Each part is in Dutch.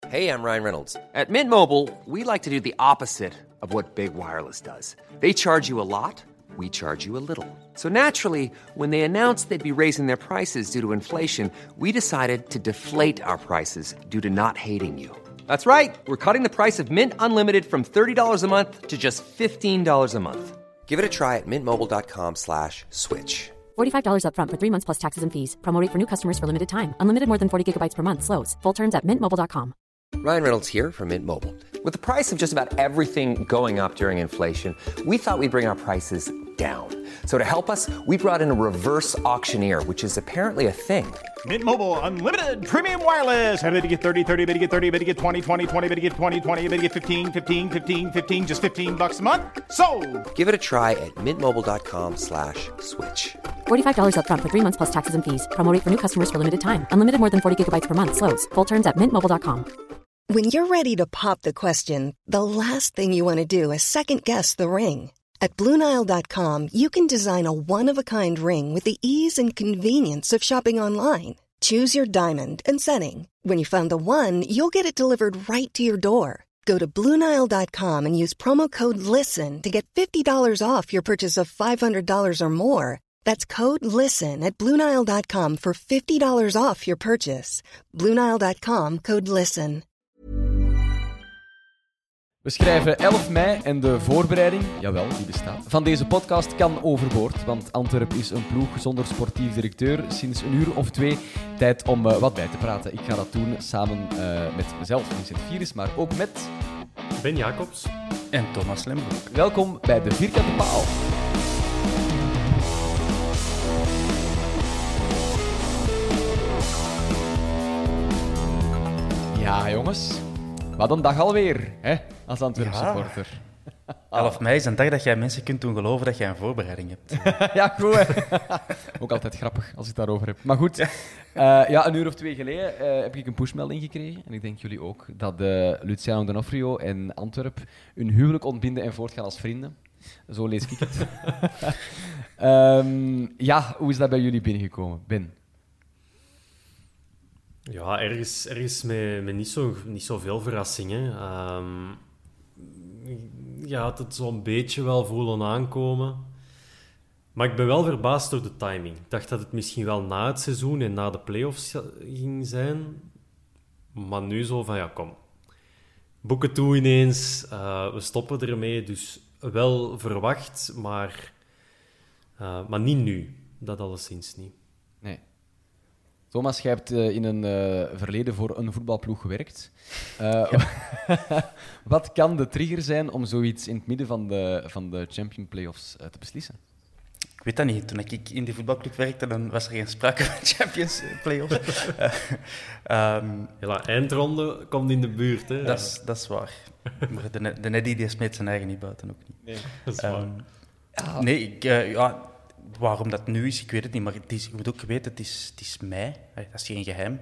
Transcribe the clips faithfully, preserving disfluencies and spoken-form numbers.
Hey, I'm Ryan Reynolds. At Mint Mobile, we like to do the opposite of what Big Wireless does. They charge you a lot, we charge you a little. So naturally, when they announced they'd be raising their prices due to inflation, we decided to deflate our prices due to not hating you. That's right. We're cutting the price of Mint Unlimited from thirty dollars a month to just fifteen dollars a month. Give it a try at mintmobile.com slash switch. forty-five dollars up front for three months plus taxes and fees. Promo rate for new customers for limited time. Unlimited more than forty gigabytes per month slows. Full terms at mint mobile dot com. Ryan Reynolds here from Mint Mobile. With the price of just about everything going up during inflation, we thought we'd bring our prices down. So to help us, we brought in a reverse auctioneer, which is apparently a thing. Mint Mobile Unlimited Premium Wireless. How to get thirty, thirty, how to get thirty, how to get twenty, twenty, twenty, how to get twenty, twenty, how to get fifteen, fifteen, fifteen, fifteen, just fifteen bucks a month? Sold! Give it a try at mintmobile.com slash switch. forty-five dollars up front for three months plus taxes and fees. Promo rate for new customers for limited time. Unlimited more than forty gigabytes per month slows. Full terms at mint mobile dot com. When you're ready to pop the question, the last thing you want to do is second-guess the ring. At Blue Nile dot com, you can design a one-of-a-kind ring with the ease and convenience of shopping online. Choose your diamond and setting. When you find the one, you'll get it delivered right to your door. Go to Blue Nile dot com and use promo code LISTEN to get fifty dollars off your purchase of five hundred dollars or more. That's code LISTEN at Blue Nile dot com for fifty dollars off your purchase. Blue Nile dot com, code LISTEN. We schrijven elf mei en de voorbereiding, jawel, die bestaat, van deze podcast kan overboord, want Antwerp is een ploeg zonder sportief directeur. Sinds een uur of twee tijd om uh, wat bij te praten. Ik ga dat doen samen uh, met mezelf, Vincent Vieris, maar ook met... Ben Jacobs. En Thomas Lembroek. Welkom bij de Vierkante Paal. Ja, jongens. Wat een dag alweer, hè, als Antwerp ja. supporter. elf mei is een dag dat jij mensen kunt doen geloven dat jij een voorbereiding hebt. Ja, goed, hè. Ook altijd grappig als ik het daarover heb. Maar goed, uh, ja, een uur of twee geleden uh, heb ik een pushmelding gekregen. En ik denk jullie ook. Dat uh, Luciano D'Onofrio en Antwerp hun huwelijk ontbinden en voortgaan als vrienden. Zo lees ik het. um, ja, hoe is dat bij jullie binnengekomen? Ben? Ja, ergens, ergens met, met niet, zo, niet zoveel verrassingen. Um, je had het zo'n beetje wel voelen aankomen. Maar ik ben wel verbaasd door de timing. Ik dacht dat het misschien wel na het seizoen en na de play-offs ging zijn. Maar nu zo van, ja, kom. Boeken toe ineens. Uh, we stoppen ermee. Dus wel verwacht, maar, uh, maar niet nu. Dat alleszins niet. Nee. Thomas, jij hebt uh, in een uh, verleden voor een voetbalploeg gewerkt. Uh, ja. Wat kan de trigger zijn om zoiets in het midden van de, van de Champion Playoffs uh, te beslissen? Ik weet dat niet. Toen ik in die voetbalclub werkte, dan was er geen sprake van Champions Playoffs. uh, um, ja, eindronde komt in de buurt. Hè? Dat is, dat is waar. Maar de, de Neddy die smeet zijn eigen niet buiten, ook niet. Nee, dat is um, waar. Ja. Nee, ik... Uh, ja, waarom dat nu is, ik weet het niet, maar het is, je moet ook weten, het is, het is mei. Dat is geen geheim.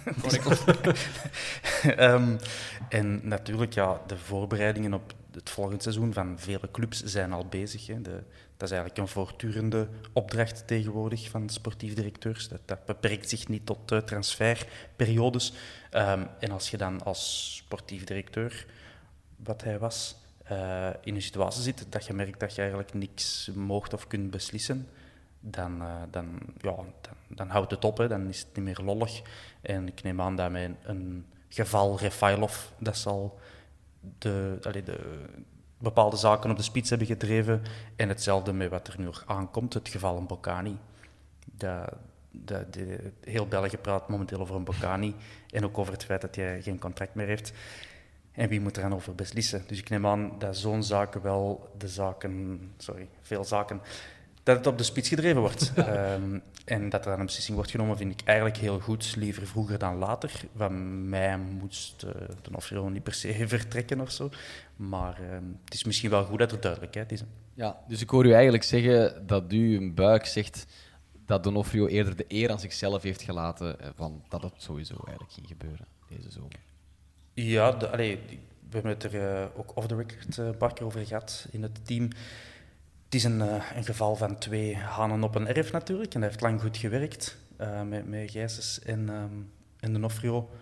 um, en natuurlijk, ja, de voorbereidingen op het volgende seizoen van vele clubs zijn al bezig. Hè. De, dat is eigenlijk een voortdurende opdracht tegenwoordig van sportief directeurs. Dat, dat beperkt zich niet tot uh, transferperiodes. Um, en als je dan als sportief directeur, wat hij was... Uh, in een situatie zit dat je merkt dat je eigenlijk niks moogt of kunt beslissen, dan, uh, dan, ja, dan, dan houdt het op, hè. Dan is het niet meer lollig. En ik neem aan dat met een geval Refailov, dat zal de, allee, de bepaalde zaken op de spits hebben gedreven. En hetzelfde met wat er nu nog aankomt, het geval Mbokani. Dat, dat, de, heel België praat momenteel over Mbokani en ook over het feit dat hij geen contract meer heeft. En wie moet er dan over beslissen? Dus ik neem aan dat zo'n zaken wel de zaken... Sorry, veel zaken... Dat het op de spits gedreven wordt. um, en dat er dan een beslissing wordt genomen, vind ik eigenlijk heel goed. Liever vroeger dan later. Van mij moest uh, D'Onofrio niet per se vertrekken of zo. Maar uh, het is misschien wel goed dat er duidelijkheid is. Hè. Ja, dus ik hoor u eigenlijk zeggen dat u een buik zegt dat D'Onofrio eerder de eer aan zichzelf heeft gelaten van dat het sowieso eigenlijk ging gebeuren deze zomer. Ja, de, allee, we hebben het er uh, ook off the record uh, een paar keer over gehad in het team. Het is een, uh, een geval van twee hanen op een erf natuurlijk. En dat heeft lang goed gewerkt uh, met, met Gijsens en, um, en D'Onofrio.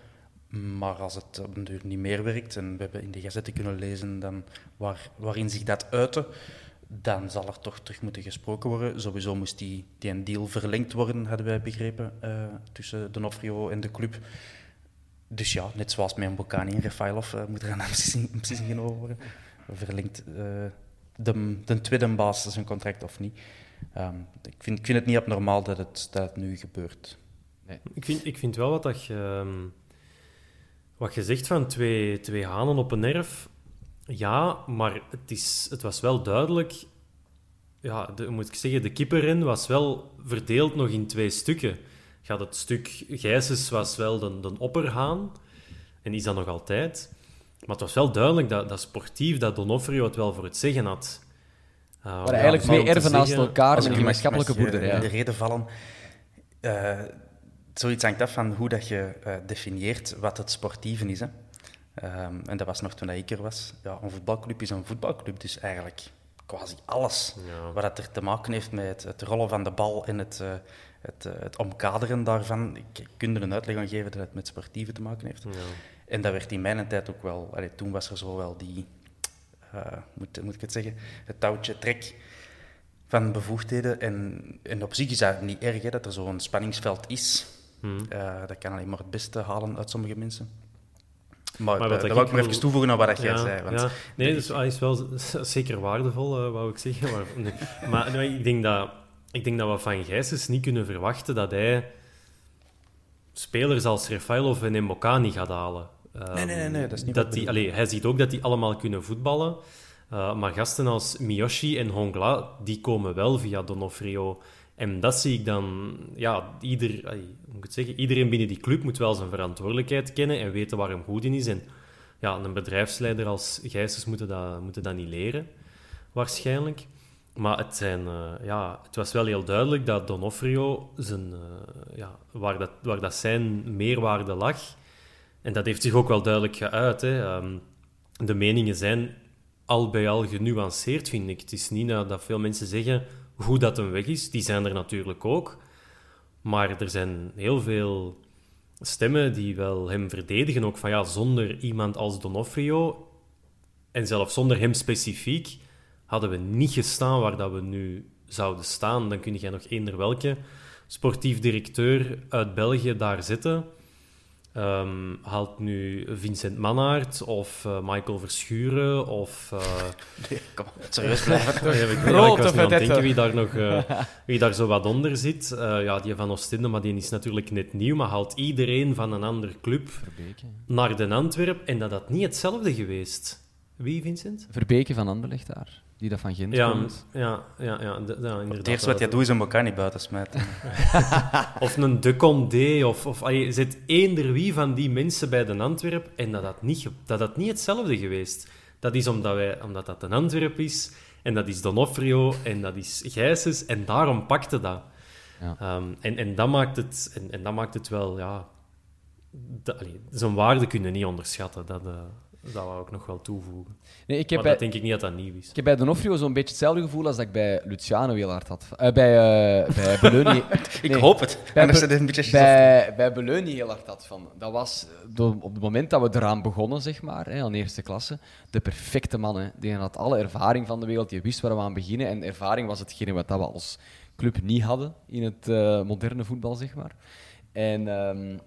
Maar als het op een duur niet meer werkt, en we hebben in de gazetten kunnen lezen dan waar, waarin zich dat uitte, dan zal er toch terug moeten gesproken worden. Sowieso moest die, die een deal verlengd worden, hadden wij begrepen, uh, tussen D'Onofrio en de club. Dus ja, net zoals met Mbokani en Refailov uh, moet er een beslissing, een beslissing genomen worden. Verlengt uh, de, de tweede baas zijn contract of niet. Um, ik, vind, ik vind het niet abnormaal dat het, dat het nu gebeurt. Nee. Ik, vind, ik vind wel wat, dat je, um, wat je zegt van twee, twee hanen op een erf. Ja, maar het, is, het was wel duidelijk... Ja, de, moet ik zeggen, de kippenren was wel verdeeld nog in twee stukken. Gaat het stuk Gijsens was wel de, de opperhaan. En is dat nog altijd. Maar het was wel duidelijk dat, dat sportief, dat D'Onofrio het wel voor het zeggen had. Uh, maar eigenlijk ja, twee erven naast elkaar met een gemeenschappelijke boerderij. In de reden vallen... Uh, zoiets hangt af van hoe dat je uh, definieert wat het sportieve is. Hè. Um, en dat was nog toen ik er was. Ja, een voetbalclub is een voetbalclub, dus eigenlijk quasi alles ja. wat dat er te maken heeft met het, het rollen van de bal en het, uh, het, uh, het omkaderen daarvan. Ik kun er een uitleg aan geven dat het met sportieve te maken heeft. Ja. En dat werd in mijn tijd ook wel... Allee, toen was er zo wel die... Uh, moet, moet ik het zeggen? Het touwtje trek van bevoegdheden. En, en op zich is dat niet erg, hè, dat er zo'n spanningsveld is. Hmm. Uh, dat kan alleen maar het beste halen uit sommige mensen. Maar, maar uh, dat wil ik nog even toevoegen aan wat jij ja, zei. Want ja. Nee, dus hij is wel zeker waardevol, uh, wou ik zeggen. Maar, nee. maar nee, ik, denk dat, ik denk dat we van Gijsens niet kunnen verwachten dat hij spelers als Refailov en Mbokani gaat halen. Um, nee, nee, nee, nee, dat is niet dat die, allee, hij ziet ook dat die allemaal kunnen voetballen. Uh, maar gasten als Miyoshi en Hongla, die komen wel via D'Onofrio. En dat zie ik dan... Ja, ieder, allee, moet ik het zeggen, iedereen binnen die club moet wel zijn verantwoordelijkheid kennen en weten waar hem goed in is. En ja, een bedrijfsleider als Gijsens moet dat, moet dat niet leren, waarschijnlijk. Maar het, zijn, uh, ja, het was wel heel duidelijk dat D'Onofrio zijn, uh, ja, waar, dat, waar dat zijn meerwaarde lag. En dat heeft zich ook wel duidelijk geuit. Hè. Um, de meningen zijn al bij al genuanceerd, vind ik. Het is niet uh, dat veel mensen zeggen hoe dat een weg is. Die zijn er natuurlijk ook. Maar er zijn heel veel stemmen die wel hem verdedigen. Ook van ja, zonder iemand als D'Onofrio en zelfs zonder hem specifiek hadden we niet gestaan waar dat we nu zouden staan. Dan kun je nog eender welke sportief directeur uit België daar zetten. Um, haalt nu Vincent Mannaert of uh, Michael Verschuren of... Uh... Nee, kom, serieus blijven. ja, ik, ja, ik was nu aan het denken wie daar, nog, uh, wie daar zo wat onder zit. Uh, ja, die van Oostende, maar die is natuurlijk net nieuw, maar haalt iedereen van een andere club Verbeke. naar Den Antwerp. En dat had niet hetzelfde geweest. Wie, Vincent? Verbeke van Anderlecht daar. Die dat van Gent ja, komt. Ja, ja, ja, d- ja, inderdaad. Het eerste wat jij doet is een Mbokani buiten smijten. Of een De Condé, of, of je zet eender wie van die mensen bij Den Antwerp en dat had niet, dat had niet hetzelfde geweest. Dat is omdat, wij, omdat dat Den Antwerp is, en dat is D'Onofrio, en dat is Gijsens, en daarom pakte dat. Ja. Um, en, en, dat maakt het, en, en dat maakt het wel, ja... Dat, allee, zijn waarde kunnen niet onderschatten, dat... Uh, Dat wou ik nog wel toevoegen. Nee, ik heb maar bij, dat denk ik niet dat dat nieuw is. Ik heb bij D'Onofrio zo'n beetje hetzelfde gevoel als dat ik bij Luciano heel hard had. Uh, bij uh, bij Beleuni. ik nee, hoop het. Bij, Be- een beetje bij, bij Beleuni heel hard had. Van. Dat was de, op het moment dat we eraan begonnen, zeg maar, hè, aan eerste klasse, de perfecte man. Hè. Die had alle ervaring van de wereld. Die wist waar we aan beginnen. En ervaring was hetgene wat we als club niet hadden in het uh, moderne voetbal, zeg maar. En... Um,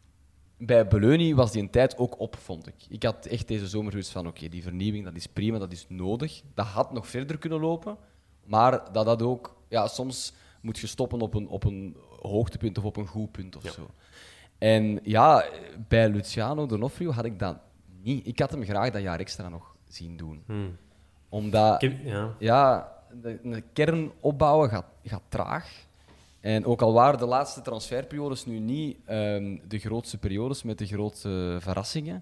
Bij Beleuni was die een tijd ook op, vond ik. Ik had echt deze zomer zoiets van, oké, okay, die vernieuwing, dat is prima, dat is nodig. Dat had nog verder kunnen lopen, maar dat had ook... Ja, soms moet je stoppen op een, op een hoogtepunt of op een goed punt of ja. zo. En ja, bij Luciano D'Onofrio had ik dat niet. Ik had hem graag dat jaar extra nog zien doen. Hmm. Omdat... Heb, ja, ja de, de kern opbouwen gaat, gaat traag. En ook al waren de laatste transferperiodes nu niet um, de grootste periodes met de grootste verrassingen,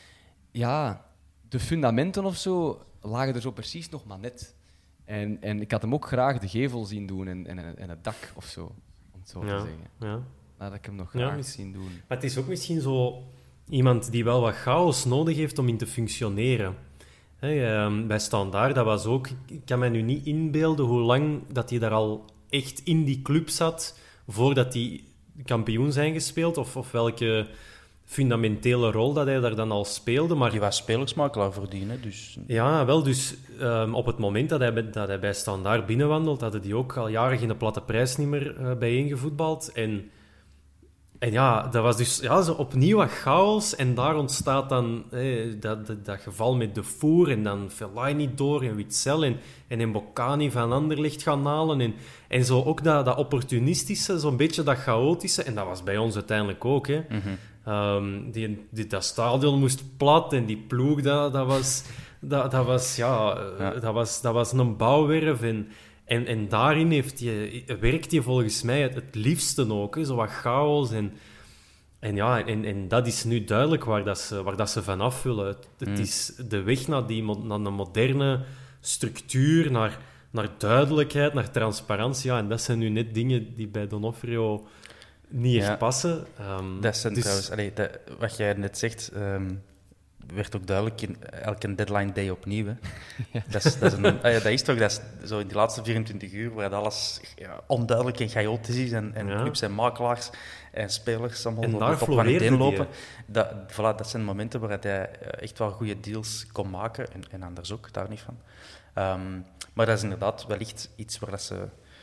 ja, de fundamenten of zo lagen er zo precies nog maar net. En, en ik had hem ook graag de gevel zien doen en, en, en het dak of zo, om het zo ja, te zeggen. Ja. Dat had ik hem nog graag ja, zien doen. Maar het is ook misschien zo iemand die wel wat chaos nodig heeft om in te functioneren. Hey, um, bij Standaard, dat was ook... Ik kan mij nu niet inbeelden hoe lang dat hij daar al echt in die club zat, voordat die kampioen zijn gespeeld, of, of welke fundamentele rol dat hij daar dan al speelde. Maar Die was spelersmakelaar voordien, hè, dus... ja, wel, dus um, op het moment dat hij, bij, dat hij bij Standaard binnenwandelt, hadden die ook al jaren geen platte prijs niet meer uh, bijeengevoetbald. En, en ja, dat was dus ja, zo opnieuw wat chaos. En daar ontstaat dan hey, dat, dat, dat geval met De Voer en dan Fellaini door en Witsel en, en Mbokani van Anderlecht gaan halen. En, en zo ook dat, dat opportunistische, zo'n beetje dat chaotische. En dat was bij ons uiteindelijk ook, hè. Mm-hmm. Um, die, die, dat stadion moest plat en die ploeg, dat, dat, was, dat, dat, was, ja, Ja. dat, was, dat was een bouwwerf. En, en, en daarin heeft je, werkt hij volgens mij het, het liefste ook. Hè, zo wat chaos. En, en, ja, en, en dat is nu duidelijk waar, dat ze, waar dat ze vanaf willen. Het, het Mm. is de weg naar, die, mo- naar een moderne structuur, naar, naar duidelijkheid, naar transparantie. Ja, en dat zijn nu net dingen die bij D'Onofrio niet echt Ja. passen. Um, Dat zijn dus- trouwens... Allee, dat, wat jij net zegt, ehm, werd ook duidelijk in elke deadline day opnieuw. Hè. Dat, is, dat, is een, ah ja, dat is toch dat is zo in die laatste vierentwintig uur, waar alles ja, onduidelijk en chaotisch is en, en Ja. clubs en makelaars en spelers allemaal En op daar de top van floreerde uiteen die, lopen. Dat, voilà, dat zijn momenten waar hij eh, echt wel goede deals kon maken en, en anders ook, daar niet van. Ehm, maar dat is inderdaad wellicht iets waar dat ze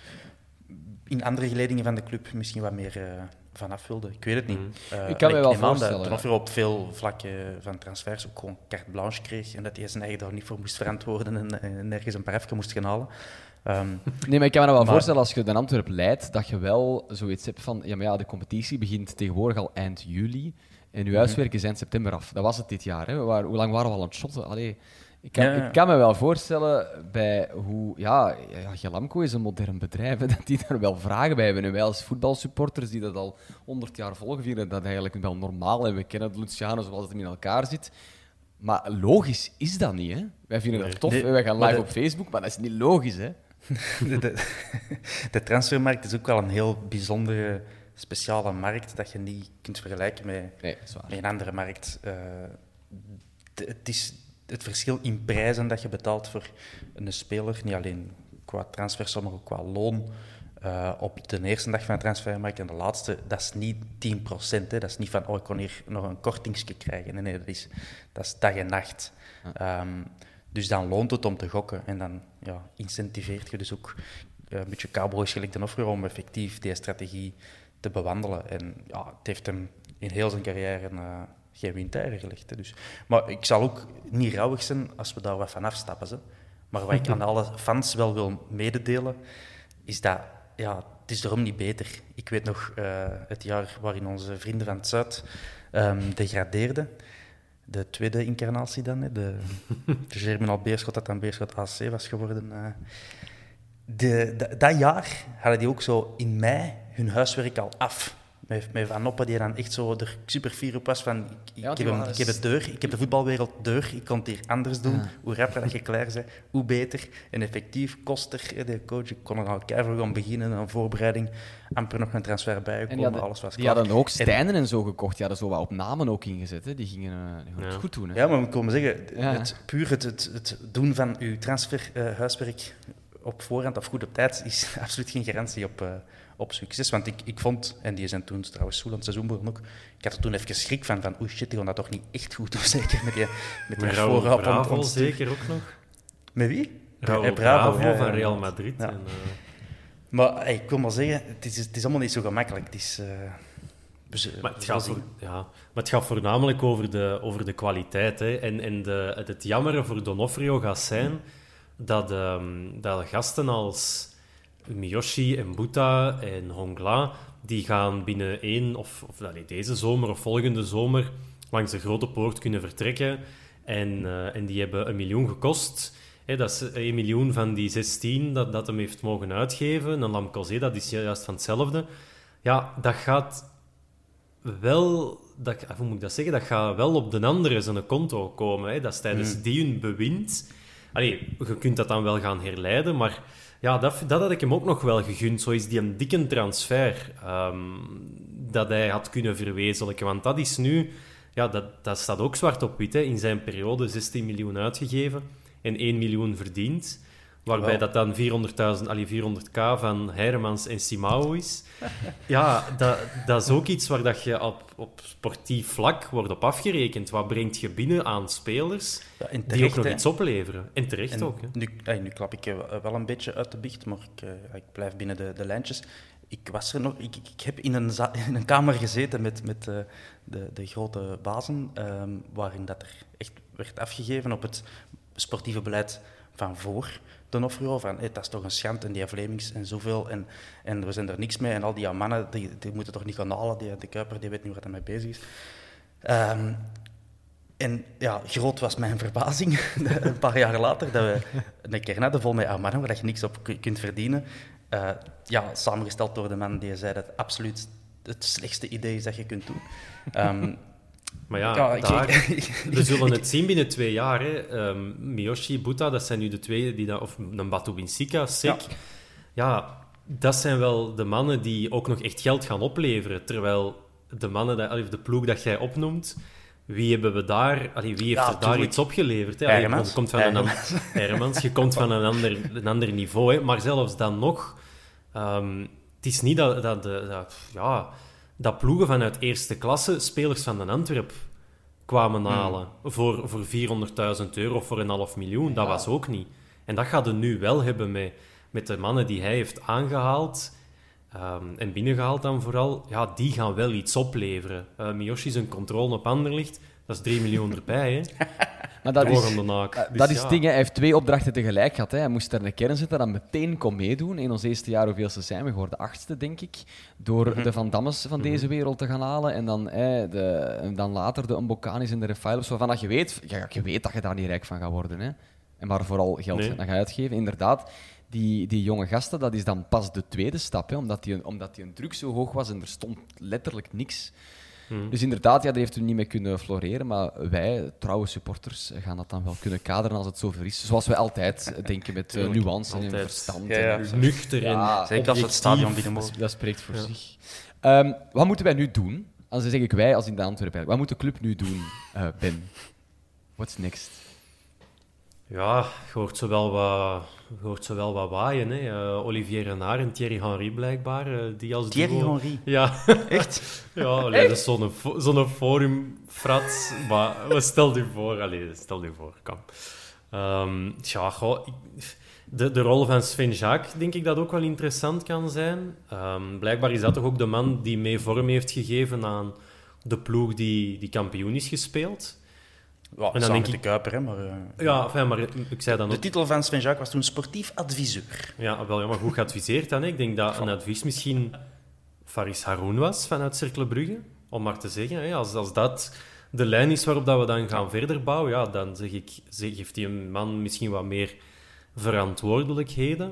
in andere geledingen van de club misschien wat meer uh, vanaf wilden. Ik weet het niet. Mm. Uh, Ik kan me allee, wel neem aan voorstellen, dat ja. D'Onofrio op veel vlakken van transfers ook gewoon carte blanche kreeg en dat hij zijn eigen daar niet voor moest verantwoorden en, en nergens een paar even moest gaan halen. Um, Nee, maar ik kan me dat wel Maar- voorstellen als je de Antwerp leidt, dat je wel zoiets hebt van, ja, maar ja, de competitie begint tegenwoordig al eind juli en uw huiswerk is eind september af. Dat was het dit jaar. Hè. We waren, hoe lang waren we al aan het shotten? Allee, ik, kan, Ja, ja. ik kan me wel voorstellen bij hoe... Ja, ja Gelamco is een modern bedrijf, hè, dat die daar wel vragen bij hebben. En wij als voetbalsupporters die dat al honderd jaar volgen, vinden dat eigenlijk wel normaal. En we kennen het Luciano zoals het in elkaar zit. Maar logisch is dat niet, hè? Wij vinden dat tof, Nee, hè. Wij gaan maar live de- op Facebook, maar dat is niet logisch, hè? de, de, de transfermarkt is ook wel een heel bijzondere, speciale markt dat je niet kunt vergelijken met, Nee, dat is waar. met een andere markt. Uh, de, het is het verschil in prijzen dat je betaalt voor een speler, niet alleen qua transfersom, maar ook qua loon, uh, op de eerste dag van de transfermarkt en de laatste, dat is niet tien procent. Hè. Dat is niet van, oh, ik kon hier nog een kortingsje krijgen. Nee, nee, dat is, dat is dag en nacht. Ja. Um, dus dan loont het om te gokken. En dan ja, incentiveert je dus ook uh, een beetje cowboys gelijk D'Onofrio om effectief die strategie te bewandelen. En ja, het heeft hem in heel zijn carrière uh, geen windeieren gelegd. Hè. Dus, maar ik zal ook niet rouwig zijn als we daar wat van afstappen. Hè. Maar wat ik aan alle fans wel wil mededelen, is dat ja, het is daarom niet beter. Ik weet nog uh, het jaar waarin onze vrienden van het Zuid um, degradeerden. De tweede incarnatie dan, hè, de, de Germinal Beerschot, dat dan Beerschot A C was geworden. Uh, de, de, dat jaar hadden die ook zo in mei hun huiswerk al af. Met, met Van Noppen, die dan echt zo er super fier op was van... Ik, Ja, ik, die heb, hem, waren ik heb het deur, ik heb de voetbalwereld deur, ik kon het hier anders doen. Ja. Hoe rapper dat je klaar bent, hoe beter. En effectief, Koster, de coach, ik kon er al keihard gaan beginnen, een voorbereiding, amper nog een transfer bijgekomen, En die hadden, alles was die klaar. hadden ook En- Stijnen en zo gekocht. Die hadden zo wat op namen ook ingezet. Hè. Die gingen, uh, die gingen Ja. het goed doen. Hè. Ja, maar ik wil maar zeggen, Ja. het, puur het, het, het doen van uw transferhuiswerk op voorhand of goed op tijd is absoluut geen garantie op, uh, op succes. Want ik, ik vond, en die zijn toen trouwens zo aan het seizoen begonnen ook, ik had er toen even schrik van, van oei shit, die gaan dat toch niet echt goed doen, zeker met die, met die Met Raúl voorraad rond- Bravo rondstuur. zeker ook nog. Met wie? Raúl Eh, Bravo, ja, ja, van ja. Real Madrid. Ja. En, uh, Maar hey, ik wil maar zeggen, het is, het is allemaal niet zo gemakkelijk. Het is... Uh, dus, uh, Maar het, we gaat zien. voor, ja, maar het gaat voornamelijk over de, over de kwaliteit. Hè. En, en de, het, het jammere voor D'Onofrio gaat zijn dat, um, dat gasten als Miyoshi en Buta en Hongla, die gaan binnen één, of, of allee, deze zomer of volgende zomer, langs de grote poort kunnen vertrekken. En, uh, en die hebben een miljoen gekost. Hè, dat is één miljoen van die zestien dat, dat hem heeft mogen uitgeven. Een Lamcozé, dat is juist van hetzelfde. Ja, dat gaat wel... Dat, hoe moet ik dat zeggen? Dat gaat wel op de andere zijn konto komen. Hè. Dat is tijdens Mm. die hun bewind. Allee, je kunt dat dan wel gaan herleiden, maar ja, dat, dat had ik hem ook nog wel gegund. Zo is die een dikke transfer um, dat hij had kunnen verwezenlijken. Want dat is nu... Ja, dat, dat staat ook zwart op wit. Hè. In zijn periode zestien miljoen uitgegeven en één miljoen verdiend. Waarbij Wel. dat dan vierhonderdduizend, allee, vierhonderd k van Heiremans en Simao is. Ja, dat, dat is ook iets waar dat je op, op sportief vlak wordt op afgerekend. Wat brengt je binnen aan spelers Ja, en die terecht, ook nog hè. iets opleveren? En terecht En ook. Hè. Nu, ey, nu klap ik eh, wel een beetje uit de biecht, maar ik, eh, ik blijf binnen de, de lijntjes. Ik, was er nog, ik, ik, ik heb in een, za- in een kamer gezeten met, met eh, de, de grote bazen, ehm, waarin dat er echt werd afgegeven op het sportieve beleid van voor de Nofro. Van, hey, dat is toch een schande, en die Vlemings en zoveel, en, en we zijn er niks mee. En al die mannen, die, die moeten toch niet gaan halen, die, de Kuiper, die weet niet waar hij mee bezig is. Ehm, En ja, groot was mijn verbazing, een paar jaar later, dat we een kern hadden vol met Armano, waar je niks op ku- kunt verdienen. Uh, ja, samengesteld door de man die zei dat het absoluut het slechtste idee is dat je kunt doen. Um, Maar ja, ja, ik- daar, ik- we zullen het zien binnen twee jaar. Hè. Um, Miyoshi, Buta, dat zijn nu de twee, die dat, of een Batu Binsika, Sek. Ja. ja, dat zijn wel de mannen die ook nog echt geld gaan opleveren. Terwijl de mannen, dat, of de ploeg dat jij opnoemt, wie hebben we daar, allee, wie heeft Ja, er daar tuurlijk. iets opgeleverd? Hè? Hermans. Je komt van een ander, Hermans. Hermans, je komt van een ander, een ander niveau. Hè? Maar zelfs dan nog, um, het is niet dat, dat, dat, ja, dat ploegen vanuit eerste klasse spelers van de Antwerp kwamen halen hmm. voor, voor vierhonderdduizend euro of voor een half miljoen. Dat ja. was ook niet. En dat gaat hij nu wel hebben met, met de mannen die hij heeft aangehaald. Um, en binnengehaald dan vooral, ja, die gaan wel iets opleveren. Uh, Miyoshi zijn controle op Anderlecht, dat is drie miljoen erbij, hè. Maar dat is, naak. Uh, dus dat is ja. het ding, hè. Hij heeft twee opdrachten tegelijk gehad. Hè. Hij moest er een kern zetten, dan meteen kon meedoen. In ons eerste jaar, hoeveelste zijn we geworden? Achtste, denk ik. Door mm-hmm. de Van Dammes van mm-hmm. deze wereld te gaan halen. En dan, hè, de, en dan later de Mbokanis en de Refailos, waarvan dat je weet, ja, je weet dat je daar niet rijk van gaat worden. Hè. En maar vooral geld nee. gaat uitgeven. Inderdaad. Die, die jonge gasten, dat is dan pas de tweede stap, hè, omdat, die, omdat die een druk zo hoog was en er stond letterlijk niks. Hmm. Dus inderdaad, ja, daar heeft u niet mee kunnen floreren, maar wij, trouwe supporters, gaan dat dan wel kunnen kaderen als het zover is. Zoals wij altijd denken, met uh, nuance en verstand. Ja, ja. En, nuchter en ja, zeker als het stadion binnen dat, dat spreekt voor ja. zich. Um, wat moeten wij nu doen? Als zeg ik wij, als in de Antwerpen. Wat moet de club nu doen, uh, Ben? What's next? Ja, je hoort zo wel wat, je hoort zo wel wat waaien. Hè. Uh, Olivier Renard en Thierry Henry blijkbaar. Uh, die als Thierry duo... Henry? Ja. Echt? Ja, allee, dat is zo'n, zo'n forum-frats. Maar stel je voor. Allee, stel je voor, kom. Um, ja, goh, de, de rol van Sven Jaak denk ik dat ook wel interessant kan zijn. Um, blijkbaar is dat toch ook de man die mee vorm heeft gegeven aan de ploeg die, die kampioen is gespeeld. Ja, en dan samen denk ik... de Kuiper, hè, maar... Uh... Ja, enfin, maar ik zei dan De ook... titel van Sven Jaak was toen sportief adviseur. Ja, wel, ja, maar goed geadviseerd dan. Hè. Ik denk dat een advies misschien Faris Haroun was vanuit Cercle Brugge. Om maar te zeggen, hè, als, als dat de lijn is waarop dat we dan gaan verder bouwen, ja, dan zeg ik, zeg, geeft die man misschien wat meer verantwoordelijkheden.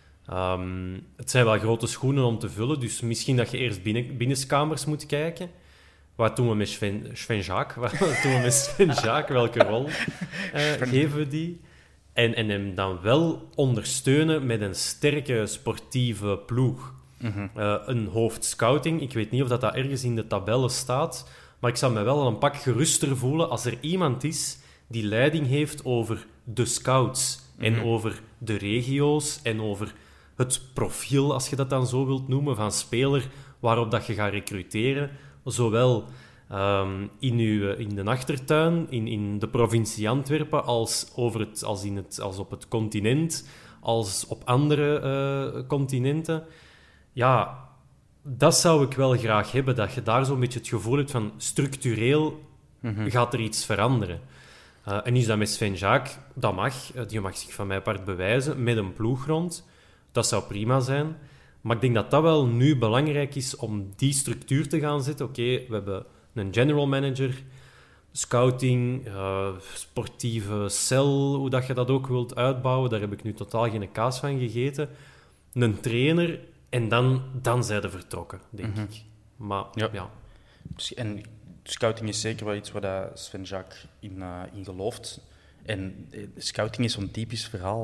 Um, het zijn wel grote schoenen om te vullen, dus misschien dat je eerst binnen, binnenskamers moet kijken. Wat doen we met Sven, Sven Jaak? Wat doen we met Sven Jaak? Welke rol uh, geven we die? En, en hem dan wel ondersteunen met een sterke sportieve ploeg. Mm-hmm. Uh, een hoofdscouting. Ik weet niet of dat, dat ergens in de tabellen staat, maar ik zou me wel een pak geruster voelen als er iemand is die leiding heeft over de scouts mm-hmm. en over de regio's en over het profiel, als je dat dan zo wilt noemen, van speler waarop dat je gaat recruteren. Zowel um, in, uw, in de achtertuin, in, in de provincie Antwerpen, als, over het, als, in het, als op het continent, als op andere uh, continenten. Ja, dat zou ik wel graag hebben, dat je daar zo'n beetje het gevoel hebt van structureel mm-hmm. gaat er iets veranderen. Uh, en is dat met Sven Jaak? Dat mag. Uh, die mag zich van mijn part bewijzen met een ploeg rond. Dat zou prima zijn. Maar ik denk dat dat wel nu belangrijk is om die structuur te gaan zetten. Oké, okay, we hebben een general manager, scouting, uh, sportieve cel, hoe dat je dat ook wilt uitbouwen. Daar heb ik nu totaal geen kaas van gegeten. Een trainer en dan, dan zijn ze vertrokken, denk mm-hmm. ik. Maar ja. ja. En scouting is zeker wel iets waar Sven Jaak in, uh, in gelooft. En scouting is zo'n typisch verhaal.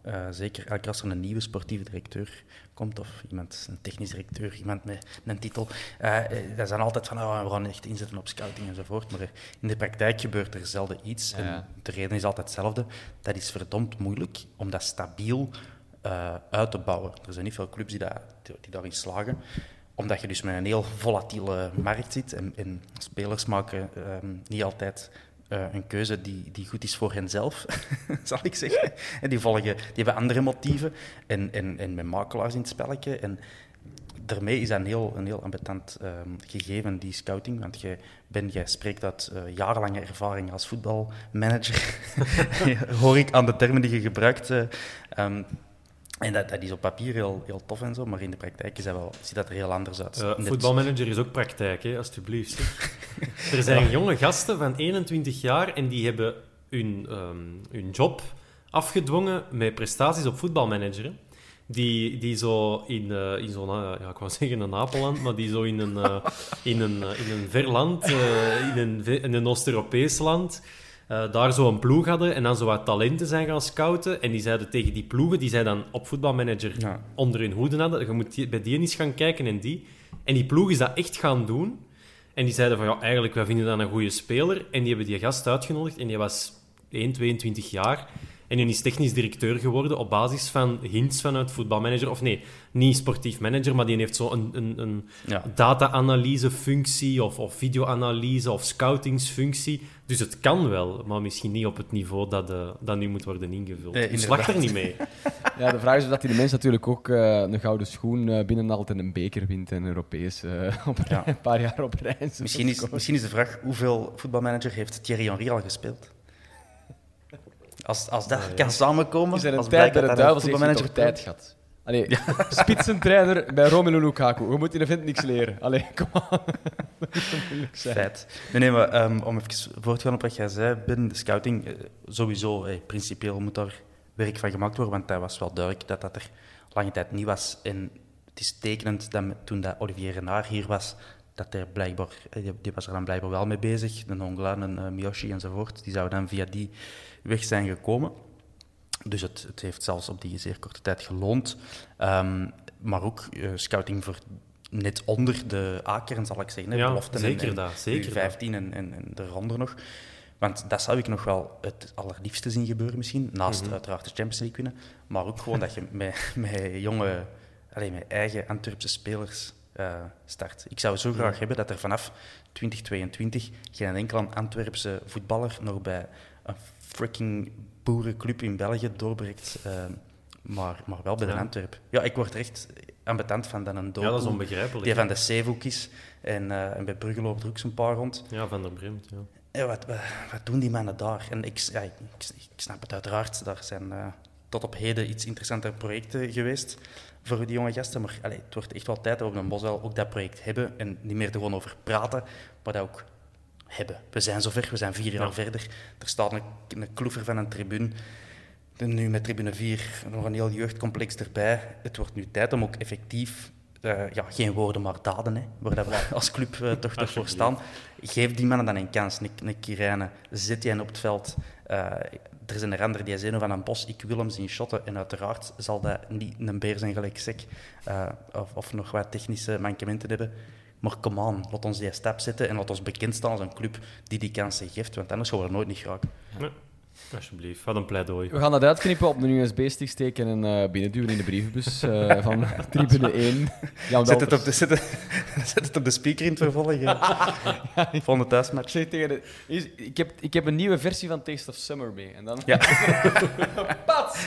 Uh, zeker elke als er een nieuwe sportieve directeur komt, of iemand, een technisch directeur, iemand met een titel, uh, dat zijn altijd van, oh, we gaan echt inzetten op scouting enzovoort. Maar in de praktijk gebeurt er zelden iets. Ja. En de reden is altijd hetzelfde. Dat is verdomd moeilijk om dat stabiel uh, uit te bouwen. Er zijn niet veel clubs die, dat, die daarin slagen. Omdat je dus met een heel volatiele markt zit en, en spelers maken um, niet altijd uh, een keuze die, die goed is voor henzelf, zal ik zeggen. En die, volgen, die hebben andere motieven en, en, en met makelaars in het spelletje. En daarmee is dat een heel, een heel ambetant um, gegeven, die scouting. Want jij, Ben, jij spreekt uit uh, jarenlange ervaring als voetbalmanager. Hoor ik aan de termen die je gebruikt. Uh, um, En dat, dat is op papier heel, heel tof en zo, maar in de praktijk is dat wel, ziet dat er heel anders uit. Uh, voetbalmanager is ook praktijk, hè, alsjeblieft. Er zijn ja. jonge gasten van eenentwintig jaar en die hebben hun, um, hun job afgedwongen met prestaties op voetbalmanager. Hè. Die, die zo in, uh, in zo'n, uh, ja, ik wou zeggen een Apeland, maar die zo in een, uh, in een, uh, in een ver land, uh, in een, in een Oost-Europees land... Uh, daar zo een ploeg hadden en dan zo wat talenten zijn gaan scouten. En die zeiden tegen die ploegen, die zij dan op voetbalmanager ja. onder hun hoede hadden, je moet die, bij die eens gaan kijken en die. En die ploeg is dat echt gaan doen. En die zeiden van, ja, eigenlijk, wij vinden dat een goede speler. En die hebben die gast uitgenodigd en die was één, tweeëntwintig jaar. En die is technisch directeur geworden op basis van hints vanuit voetbalmanager. Of nee, niet sportief manager, maar die heeft zo een, een, een ja. data-analyse-functie of, of video-analyse of scoutingsfunctie. Dus het kan wel, maar misschien niet op het niveau dat, uh, dat nu moet worden ingevuld. Nee, dus slag er niet mee. Ja, de vraag is of dat die de mens natuurlijk ook uh, een gouden schoen uh, binnenhaalt en een beker wint en Europees uh, op ja. een paar jaar op reis. Misschien is, misschien is de vraag, hoeveel voetbalmanager heeft Thierry Henry al gespeeld? Als, als dat ja, ja. kan samenkomen... Is er een als tijd bij de Duivels heeft hij tijd gehad. Allee, ja. spitsentrainer bij Romelu Lukaku. We moeten in de vent niks leren. Allee, kom aan. Dat moet moeilijk zijn. Feit. Nee, nee, maar um, om even voort te gaan op wat jij zei, Ben, de scouting, uh, sowieso, hey, principieel moet daar werk van gemaakt worden, want dat was wel duidelijk dat dat er lange tijd niet was. En het is tekenend dat met, toen dat Olivier Renard hier was, dat er blijkbaar, die, die was er dan blijkbaar wel mee bezig, de Honglaan en uh, Miyoshi enzovoort, die zouden dan via die weg zijn gekomen. Dus het, het heeft zelfs op die zeer korte tijd geloond. Um, maar ook uh, scouting voor net onder de A-kern, zal ik zeggen. Hè? Ja, Beloften zeker en, dat. Zeker U vijftien en, en, en eronder nog. Want dat zou ik nog wel het allerliefste zien gebeuren misschien. Naast mm-hmm. uiteraard de Champions League winnen. Maar ook gewoon dat je met, met jonge, allez, met eigen Antwerpse spelers uh, start. Ik zou zo graag mm. hebben dat er vanaf twintig tweeëntwintig geen enkele Antwerpse voetballer nog bij een freaking boerenclub in België doorbreekt, uh, maar, maar wel bij de ja. Antwerp. Ja, ik word er echt ambetant van dan een doel. Ja, dat is onbegrijpelijk. Die van de Zeevoek is. En, uh, en bij Brugge loopt er ook zo'n paar rond. Ja, Van der Bremt, ja. Ja, wat, wat, wat doen die mannen daar? En ik, ja, ik, ik snap het uiteraard. Daar zijn uh, tot op heden iets interessantere projecten geweest voor die jonge gasten. Maar allez, het wordt echt wel tijd dat we op Den Bosch ook dat project hebben. En niet meer er gewoon over praten, maar dat ook hebben. We zijn zover, we zijn vier jaar ja. verder. Er staat een, een kloever van een tribune. Nu met tribune vier nog een heel jeugdcomplex erbij. Het wordt nu tijd om ook effectief, uh, ja, geen woorden maar daden, hè, waar we als club uh, toch, toch voor staan. Geef die mannen dan een kans. Een Kirijnen, zet die hen op het veld. Uh, er zijn er anderen die zeggen van een Bos, ik wil hem zien shotten. En uiteraard zal dat niet een beer zijn gelijk Sek, uh, of, of nog wat technische mankementen hebben. Maar come on, laat ons die stap zetten en laat ons bekend staan als een club die die kansen geeft, want anders gaan we er nooit niet geraken. Nee, alsjeblieft, wat een pleidooi. We gaan dat uitknippen, op een U S B-stick steken en uh, binnenduwen in de brievenbus uh, van tribune één. Zet het, op de, zet, het, zet het op de speaker in het vervolg. Ja. Volgende thuismatch. Zeg tegen de, ik, heb, ik heb een nieuwe versie van Taste of Summer mee. En dan... Ja. Pats!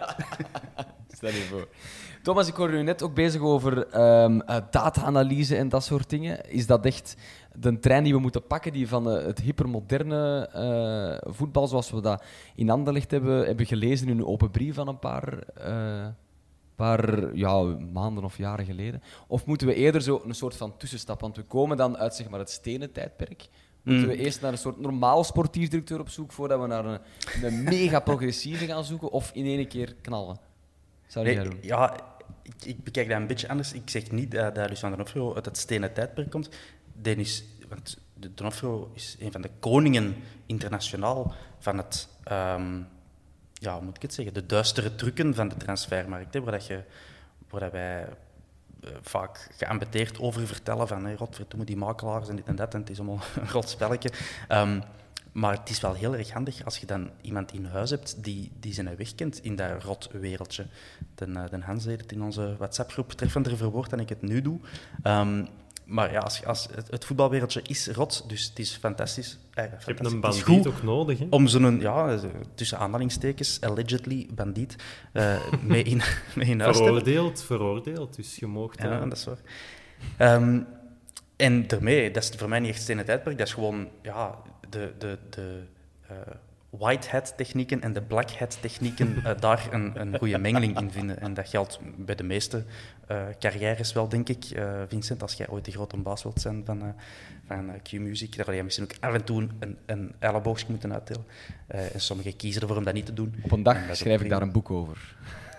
Stel je voor. Thomas, ik hoorde u net ook bezig over um, uh, data-analyse en dat soort dingen. Is dat echt de trein die we moeten pakken, die van uh, het hypermoderne uh, voetbal, zoals we dat in Anderlecht hebben, hebben gelezen in een open brief van een paar, uh, paar ja, maanden of jaren geleden? Of moeten we eerder zo een soort van tussenstap? Want we komen dan uit zeg maar, het stenen tijdperk. Moeten we eerst naar een soort normaal sportief directeur op zoek voordat we naar een, een mega progressieve gaan zoeken? Of in één keer knallen? Zou je nee, dat doen? Ja, ik, ik bekijk dat een beetje anders. Ik zeg niet dat, dat Lucien D'Onofrio uit het stenen tijdperk komt. Dennis, want D'Onofrio is een van de koningen internationaal van het, um, ja, hoe moet ik het zeggen, de duistere trucken van de transfermarkt, hè, waar, dat je, waar dat wij uh, vaak geambeteerd over vertellen van hey, godverdomme, die makelaars en dit en dat, en het is allemaal een rot spelletje. Um, maar het is wel heel erg handig als je dan iemand in huis hebt die, die zijn weg kent in dat rot wereldje. De, uh, de Hans deed het in onze WhatsApp-groep treffender verwoord dan ik het nu doe. Um, Maar ja, als, als het, het voetbalwereldje is rot, dus het is fantastisch. Eh, Je fantastisch. hebt een bandiet ook nodig, hè? Om zo'n, ja, tussen aanhalingstekens, allegedly bandiet, uh, mee, in, mee in huis te hebben. Veroordeeld, veroordeeld, dus je moogt... Ja, uh... dat is waar. Um, en daarmee, dat is voor mij niet echt stenen tijdperk, dat is gewoon ja, de... de, de uh, white hat technieken en de black hat technieken uh, daar een, een goede mengeling in vinden. En dat geldt bij de meeste uh, carrières wel, denk ik. Uh, Vincent, als jij ooit de grote baas wilt zijn van, uh, van uh, Q-Music, dan ga je misschien ook af en toe een, een elleboogje moeten uitdelen. Uh, en sommigen kiezen ervoor om dat niet te doen. Op een dag schrijf ik daar een boek over.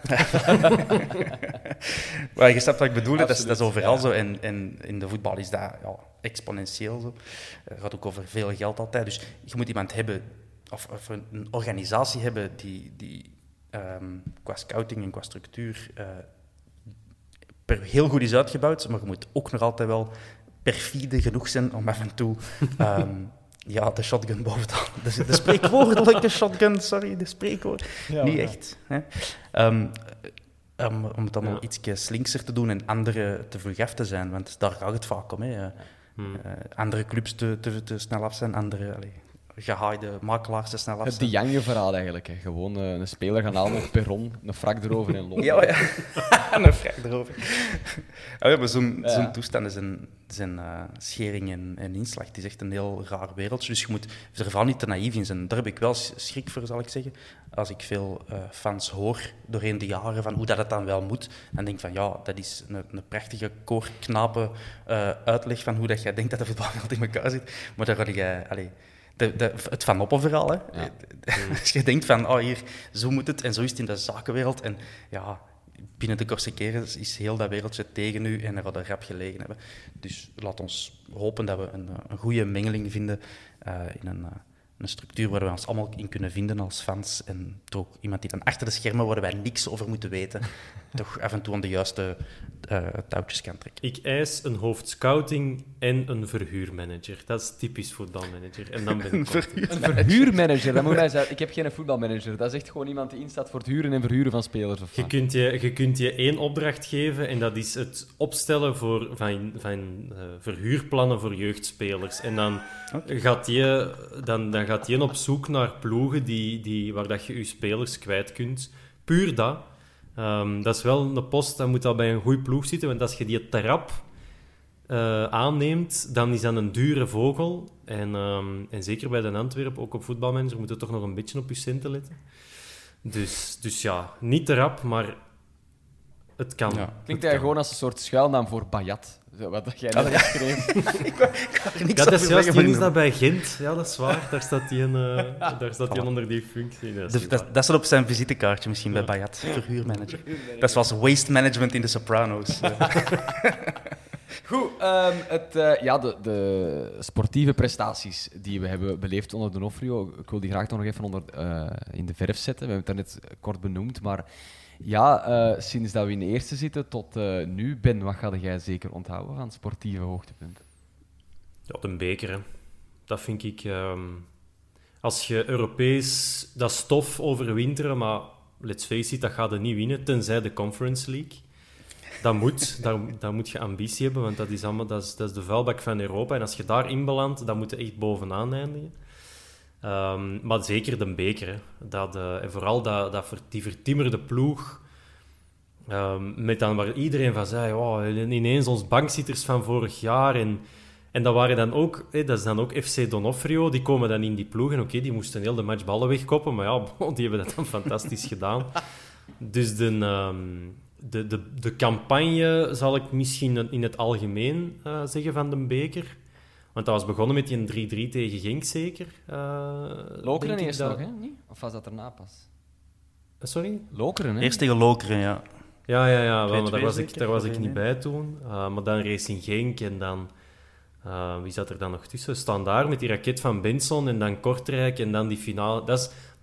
Maar je snapt wat ik bedoel, dat is, dat is overal ja. zo. En, en in de voetbal is dat ja, exponentieel zo. Het gaat ook over veel geld altijd. Dus je moet iemand hebben... Of, of een organisatie hebben die, die um, qua scouting en qua structuur uh, per, heel goed is uitgebouwd, maar je moet ook nog altijd wel perfide genoeg zijn om af en toe um, ja, de shotgun boven te halen. De, de spreekwoordelijke shotgun, sorry, de spreekwoord. Ja, Niet ja. echt. Hè? Um, um, om het allemaal ja. ietsje slinkser te doen en anderen te vroeg af te zijn, want daar gaat het vaak om. Hè? Uh, hmm. uh, andere clubs te, te, te snel af zijn, andere... Allez, gehaaide makelaars te snel af zijn. Het Diagne-verhaal eigenlijk. Hè. Gewoon uh, een speler gaan halen op het perron, een frak erover en lopen. Ja, ja. een frak erover. Oh ja, maar zo'n, ja. zo'n toestand is een, zijn uh, schering en, en inslag. Het is echt een heel raar wereldje. Dus je moet er vooral niet te naïef in zijn. Daar heb ik wel schrik voor, zal ik zeggen. Als ik veel uh, fans hoor doorheen de jaren van hoe dat het dan wel moet, dan denk ik van ja, dat is een, een prachtige, koorknape uh, uitleg van hoe dat jij denkt dat de voetbalwereld in elkaar zit. Maar daar ga je... Allez, De, de, het Van Oppen-verhaal. Hè. Ja. Als je denkt van, oh, hier, zo moet het en zo is het in de zakenwereld. En ja, binnen de kortste keren is heel dat wereldje tegen u en er gaat een rap gelegen hebben. Dus laat ons hopen dat we een, een goede mengeling vinden uh, in een, uh, een structuur waar we ons allemaal in kunnen vinden als fans. En toch iemand die dan achter de schermen, waar wij niks over moeten weten, toch af en toe aan de juiste uh, touwtjes kan trekken. Ik eis een hoofdscouting en een verhuurmanager. Dat is typisch voetbalmanager. En dan ben ik een, verhuur een verhuurmanager, dat moet mij zeggen. Ik heb geen voetbalmanager. Dat is echt gewoon iemand die instaat voor het huren en verhuren van spelers. Of je, kunt je, je kunt je één opdracht geven en dat is het opstellen voor, van, van uh, verhuurplannen voor jeugdspelers. En dan okay. gaat je... Dan, dan gaat je op zoek naar ploegen die, die, waar dat je je spelers kwijt kunt. Puur dat. Um, dat is wel een post, dat moet dat bij een goede ploeg zitten, want als je die te rap uh, aanneemt, dan is dat een dure vogel. En, um, en zeker bij de Antwerp, ook op voetbalmanager, moet je toch nog een beetje op je centen letten. Dus, dus ja, niet te rap, maar het kan. Ja. Klinkt eigenlijk gewoon als een soort schuilnaam voor Bayat. Wat jij net schreef. ik wou er niks ja, dat is juist, die is dat bij Gent. Ja, dat is waar. Daar staat hij uh, daar staat die onder die functie. Dat, de, dat, dat staat op zijn visitekaartje misschien ja. bij Bayat. Verhuurmanager. Dat is zoals waste management in de Sopranos. Goed, um, het, uh, ja, de, de sportieve prestaties die we hebben beleefd onder D'Onofrio, ik wil die graag nog even onder, uh, in de verf zetten. We hebben het daarnet kort benoemd, maar ja, uh, sinds dat we in de eerste zitten tot uh, nu, Ben, wat ga jij zeker onthouden van sportieve hoogtepunten? Ja, de beker, hè. Dat vind ik... Um, als je Europees dat stof overwinteren, maar let's face it, dat gaat je niet winnen, tenzij de Conference League. Dat moet, daar, daar moet je ambitie hebben, want dat is, allemaal, dat, is, dat is de vuilbak van Europa. En als je daarin belandt, dan moet je echt bovenaan eindigen. Um, maar zeker de beker. Hè. Dat, uh, en vooral dat, dat ver, die vertimmerde ploeg, um, met dan waar iedereen van zei, oh, ineens ons bankzitters van vorig jaar. En, en dat waren dan ook, hè, dat is dan ook F C D'Onofrio, die komen dan in die ploeg. En oké, okay, die moesten heel de match ballen wegkoppen, maar ja, die hebben dat dan fantastisch gedaan. Dus de... Um, De, de, de campagne zal ik misschien in het algemeen uh, zeggen van de beker. Want dat was begonnen met die drie drie tegen Genk, zeker. Uh, Lokeren eerst dat... nog, hè? Niet? Of was dat erna pas? Uh, sorry? Lokeren, hè? Eerst tegen Lokeren, ja. Ja, ja, ja. Wel, maar daar was ik, daar was ik niet bij toen. Uh, maar dan Racing Genk en dan... Uh, wie zat er dan nog tussen? Standaard met die raket van Benson en dan Kortrijk en dan die finale. Dat is,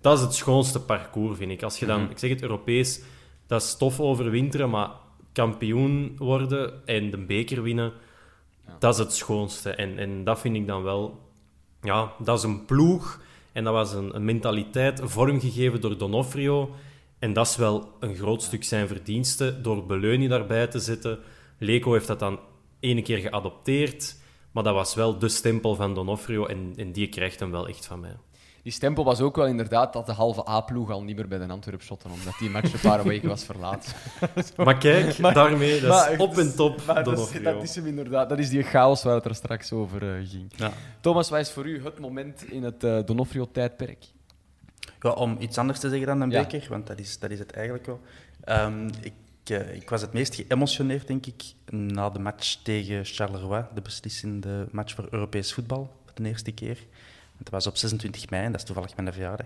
dat is het schoonste parcours, vind ik. Als je dan, Mm-hmm. ik zeg het Europees, dat is tof overwinteren, maar kampioen worden en de beker winnen, ja. dat is het schoonste. En, en dat vind ik dan wel... Ja, dat is een ploeg en dat was een, een mentaliteit vormgegeven door D'Onofrio. En dat is wel een groot stuk zijn verdienste, door Beleuni daarbij te zetten. Leco heeft dat dan ene keer geadopteerd, maar dat was wel de stempel van D'Onofrio en, en die krijgt hem wel echt van mij. Die stempel was ook wel inderdaad dat de halve A-ploeg al niet meer bij de Antwerp shotten, omdat die match een paar weken was verlaat. Maar kijk, maar, daarmee, dat maar, is op en top maar D'Onofrio. Dat is, dat is hem inderdaad. Dat is die chaos waar het er straks over uh, ging. Ja. Thomas, wat is voor u het moment in het uh, D'Onofrio-tijdperk? Ja, om iets anders te zeggen dan een Ja. beker, want dat is, dat is het eigenlijk wel. Um, ik, uh, ik was het meest geëmotioneerd, denk ik, na de match tegen Charleroi, de beslissende match voor Europees voetbal, voor de eerste keer. Dat was op zesentwintig mei, en dat is toevallig mijn verjaardag.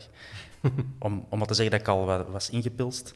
Om, om maar te zeggen dat ik al wat was ingepilst.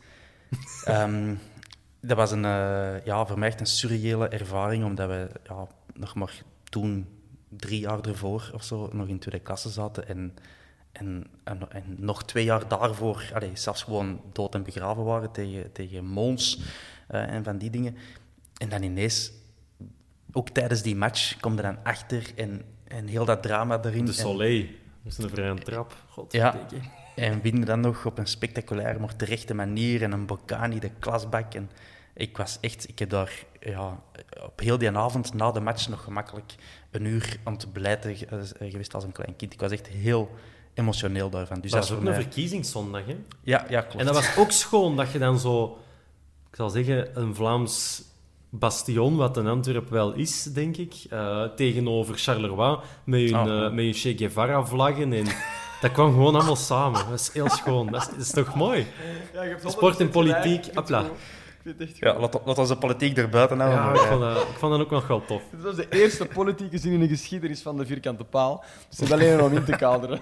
Um, dat was een, uh, ja, voor mij echt een surreële ervaring, omdat we ja, nog maar toen, drie jaar ervoor of zo, nog in tweede klasse zaten. En, en, en, en nog twee jaar daarvoor, allee, zelfs gewoon dood en begraven waren tegen, tegen Mons uh, en van die dingen. En dan ineens, ook tijdens die match, kom je dan achter en, en heel dat drama erin. De Soleil, dat is een vrije trap. Ja, en winnen dan nog op een spectaculaire, maar terechte manier. En een Bocani, de klasbak. En ik was echt... Ik heb daar ja, op heel die avond na de match nog gemakkelijk een uur aan het blijten geweest als een klein kind. Ik was echt heel emotioneel daarvan. Dus dat dat was ook voor een mij... verkiezingszondag, hè? Ja, ja, klopt. En dat was ook schoon dat je dan zo... Ik zal zeggen, een Vlaams bastion, wat een Antwerp wel is, denk ik. Uh, tegenover Charleroi, met hun, Oh, ja. uh, met hun Che Guevara-vlaggen. En dat kwam gewoon allemaal samen. Dat is heel schoon. Dat is, dat is toch mooi? Ja, je hebt Sport en politiek, hopla. Ja, laat, laat onze politiek er buiten houden. Ja, maar, ik eh, vond, dat, ik vond dat ook nog wel tof. Dit was de eerste politieke zin in de geschiedenis van de vierkante paal. Dus het is alleen om in te kaderen.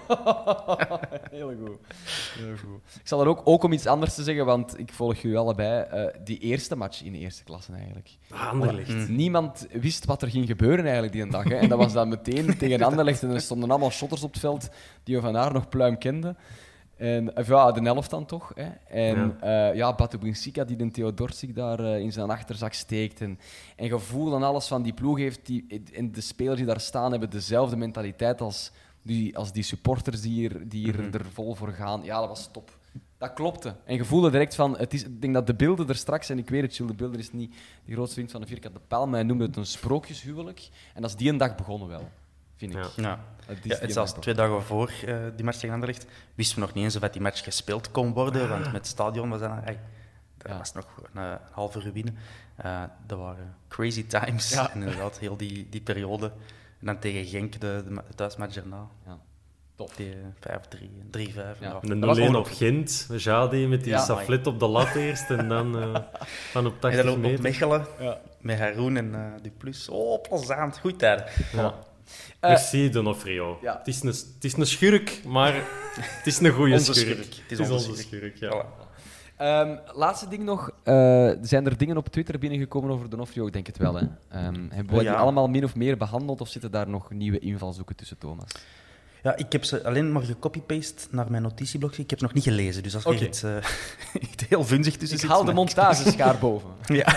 Heel goed. Heel goed. Ik zal er ook, ook om iets anders te zeggen, want ik volg jullie allebei. Uh, die eerste match in de eerste klasse eigenlijk. Anderlecht. Mm. Niemand wist wat er ging gebeuren eigenlijk die dag. Hè. En dat was dan meteen tegen Anderlecht. En er stonden allemaal shotters op het veld die we van haar nog pluim kenden. En, of ja, de helft dan toch. Hè. En ja, uh, ja Batu Binsika die de Theodorsik daar uh, in zijn achterzak steekt. En, en gevoel en alles van die ploeg heeft. Die, en de spelers die daar staan hebben dezelfde mentaliteit als die, als die supporters die hier, die hier mm-hmm. er vol voor gaan. Ja, dat was top. Dat klopte. En je voelde direct van... Het is, ik denk dat de beelden er straks... En ik weet het, Jules, de beelden is niet de grootste vriend van de vierkante paal, maar hij noemde het een sprookjeshuwelijk. En dat is die een dag begonnen wel, vind ik. Ja. Ja. Dat is Ja, die het zelfs dag twee dagen voor uh, die match tegen Anderlecht wisten we nog niet eens of die match gespeeld kon worden, want met het stadion was dat, hey, dat Ja. was nog een, een halve ruïne. Uh, dat waren crazy times, Ja. en inderdaad, heel die, die periode. En dan tegen Genk, de, de, de thuismatch erna. Ja. Tof. Die vijf drie, drie vijf. Ja. De Dat was nul één op ongelooflijk. Gent, Jadi met die Ja, saflet op de lat eerst en dan uh, van op En tachtig dan ook op meter. Mechelen, Ja. met Haroun en uh, Duplus. Oh, plezant, goed tijden. Ja. Uh, Merci, D'Onofrio. ja. Het, is een, het is een schurk, maar het is een goede Onze schurk. schurk. Het is onze schurk, ja. Voilà. Um, laatste ding nog. Uh, zijn er dingen op Twitter binnengekomen over D'Onofrio? Ik denk het wel. Hè. Um, hebben we Oh, die ja. allemaal min of meer behandeld of zitten daar nog nieuwe invalshoeken tussen, Thomas? Ja, ik heb ze alleen maar gecopy-paste naar mijn notitieblokje. Ik heb ze nog niet gelezen, dus als er Oké. iets, uh, iets heel vunzig tussen Ik zit... haal de maar- montageschaar boven. Ja.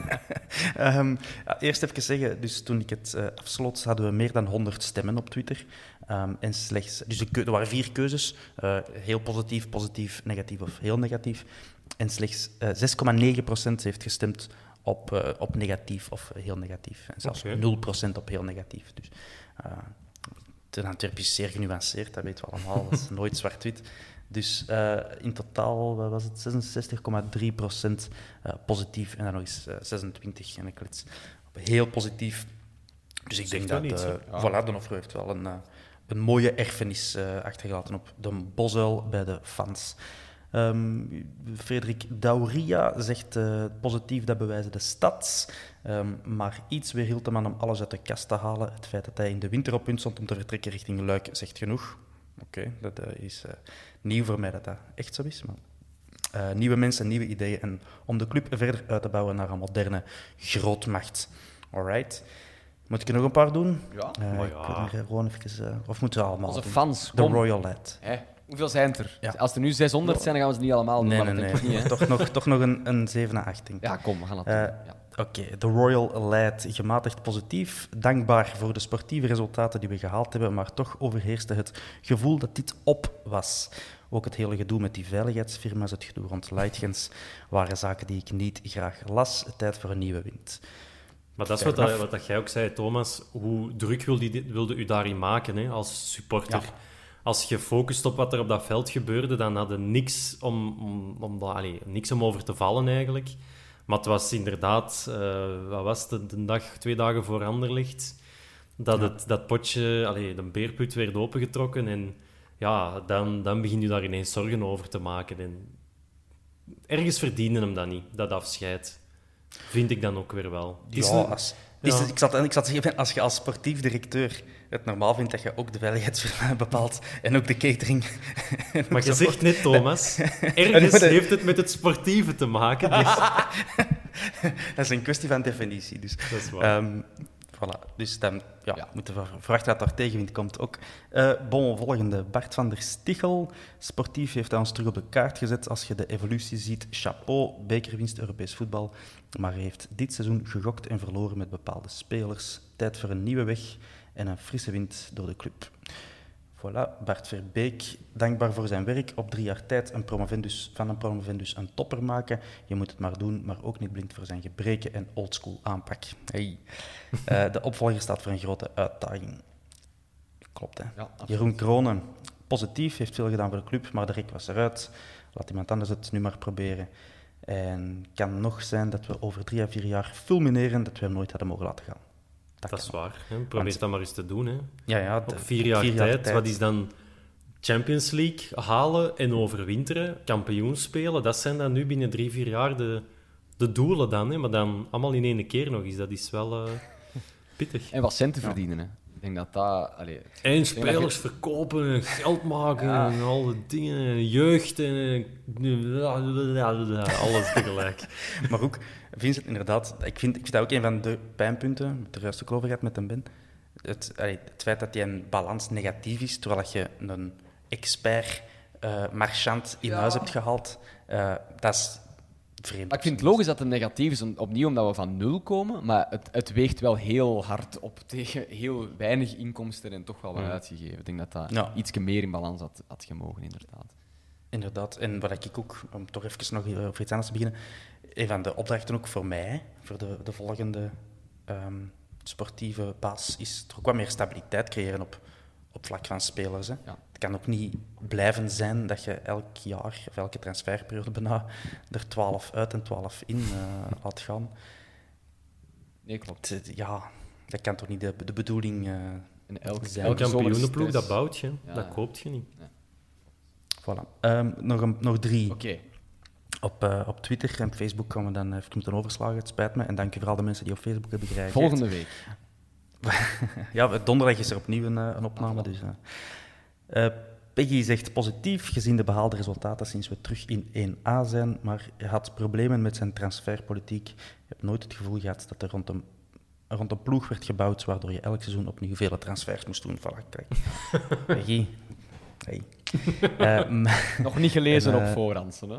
um, ja. Eerst even zeggen, dus toen ik het uh, afsloot, hadden we meer dan honderd stemmen op Twitter. Um, en slechts, dus de keu- er waren vier keuzes. Uh, heel positief, positief, negatief of heel negatief. En slechts uh, zes komma negen procent heeft gestemd op, uh, op negatief of heel negatief. En zelfs Oké. nul procent op heel negatief. Dus, uh, de Antwerp is zeer genuanceerd, dat weten we allemaal. Dat is nooit zwart-wit. Dus uh, in totaal wat was het zesenzestig komma drie procent uh, positief en dan nog eens uh, zesentwintig en een klets op heel positief. Dus ik denk Zegt dat wel uh, iets, hè? voilà, D'Onofrio heeft wel een, uh, een mooie erfenis uh, achtergelaten op de bosuil bij de fans. Um, Frederik Dauria zegt uh, positief, dat bewijzen de stats. Um, maar iets weerhield hem aan om alles uit de kast te halen. Het feit dat hij in de winter op punt stond om te vertrekken richting Luik zegt genoeg. Oké, okay, dat uh, is uh, nieuw voor mij dat dat echt zo is. Maar, uh, nieuwe mensen, nieuwe ideeën. En om de club verder uit te bouwen naar een moderne grootmacht. Alright. Moet ik er nog een paar doen? Ja. Uh, Maar ik ja. wil er gewoon even... Uh, of moeten we allemaal Onze doen? fans, The kom. Royal Lad. Hè? Hoeveel zijn het er? Ja. Als er nu zeshonderd zijn, dan gaan we ze niet allemaal doen. Nee, maar nee, dat denk nee. ik niet, hè? toch, nog, toch nog een, een zeven à acht, denk ik. Ja, kom, we gaan dat Eh, doen. Ja. Oké, okay, de Royal leidt gematigd positief. Dankbaar voor de sportieve resultaten die we gehaald hebben, maar toch overheerste het gevoel dat dit op was. Ook het hele gedoe met die veiligheidsfirma's, het gedoe rond Leitgens, waren zaken die ik niet graag las. Tijd voor een nieuwe wind. Maar dat is wat, dat, wat dat jij ook zei, Thomas. Hoe druk wilde, wilde u daarin maken, hè, als supporter? Ja. Als je focust op wat er op dat veld gebeurde, dan hadden we niks om, om, om, dat, allez, niks om over te vallen, eigenlijk. Maar het was inderdaad, uh, wat was het, de dag, twee dagen voor Anderlecht, dat Ja. het, dat potje, allez, de beerput werd opengetrokken. En ja, dan, dan begin je daar ineens zorgen over te maken. En ergens verdiende hem dat niet, dat afscheid. Vind ik dan ook weer wel. Het is Ja, een- als, ja. Is, ik zat, ik zat te zeggen, als je als sportief directeur het normaal vindt dat je ook de veiligheidsfirma bepaalt en ook de catering. Maar je zegt net, Thomas, En ergens de- heeft het met het sportieve te maken. Dus Dat is een kwestie van definitie. Dus, dat is waar. Ehm, voilà. Dus dan ja, Ja. moeten we verwachten dat daar tegenwind komt ook. Eh bon, volgende. Bart van der Stichel. Sportief heeft hij ons terug op de kaart gezet. Als je de evolutie ziet, chapeau, bekerwinst Europees voetbal. Maar hij heeft dit seizoen gegokt en verloren met bepaalde spelers. Tijd voor een nieuwe weg en een frisse wind door de club. Voilà, Bart Verbeek, dankbaar voor zijn werk. Op drie jaar tijd een promovendus, van een promovendus een topper maken. Je moet het maar doen, maar ook niet blind voor zijn gebreken en oldschool aanpak. Hey. Uh, de opvolger staat voor een grote uitdaging. Klopt, hè? Ja, absoluut. Jeroen Kronen, positief, heeft veel gedaan voor de club, maar de rek was eruit. Laat iemand anders het nu maar proberen. En kan nog zijn dat we over drie à vier jaar fulmineren dat we hem nooit hadden mogen laten gaan. Dat is kan. waar. Hè. Probeer Want- dat maar eens te doen. Hè. Ja, ja, Op de- vier jaar, tijd, wat is dan Champions League halen en overwinteren, kampioen spelen? Dat zijn dan nu binnen drie, vier jaar de, de doelen dan. Hè. Maar dan allemaal in één keer nog eens. Dat is wel uh, pittig. En wat centen verdienen, hè. Ik denk dat dat... Allee, En denk spelers dat je- verkopen en geld maken Ja. en al die dingen. En jeugd en... Alles tegelijk. Maar ook, Vincent, inderdaad, ik vind, ik vind dat ook een van de pijnpunten, met de juiste geloof gehad met hem Ben. Het, allee, het feit dat die een balans negatief is, terwijl je een expert uh, marchand in Ja. huis hebt gehaald, uh, dat is vreemd. Maar ik vind het logisch dat het negatief is, om- opnieuw omdat we van nul komen, maar het, het weegt wel heel hard op tegen heel weinig inkomsten en toch wel wat Mm. uitgegeven. Ik denk dat dat Ja. iets meer in balans had, had gemogen, inderdaad. Inderdaad, en wat ik ook, om toch even nog over iets anders te beginnen, een van de opdrachten ook voor mij, voor de, de volgende ehm, sportieve baas, is toch ook wat meer stabiliteit creëren op, op vlak van spelers. Hè. Ja. Het kan ook niet blijven zijn dat je elk jaar, of elke transferperiode bijna, er twaalf uit en twaalf in uh, laat gaan. Nee, klopt. Het- ja, dat kan toch niet de, de bedoeling uh, En elke, zijn. Een elke zomer is kampioenenploeg, stress. dat bouwt je. Ja. Dat koopt je niet. Voilà. Ehm, nog, een, nog drie. Oké. Op, uh, op Twitter en Facebook gaan we dan even moeten overslagen. Het spijt me. En dank u voor al de mensen die op Facebook hebben gereageerd. Volgende week. Ja, donderdag is er opnieuw een, uh, een opname. Dus, uh. Uh, Peggy zegt positief, gezien de behaalde resultaten sinds we terug in één A zijn. Maar hij had problemen met zijn transferpolitiek. Ik heb nooit het gevoel gehad dat er rond een, rond een ploeg werd gebouwd, waardoor je elk seizoen opnieuw vele transfers moest doen. Voilà, kijk. Peggy. Hey. Uh, m- Nog niet gelezen En, uh, op voorhand, hè?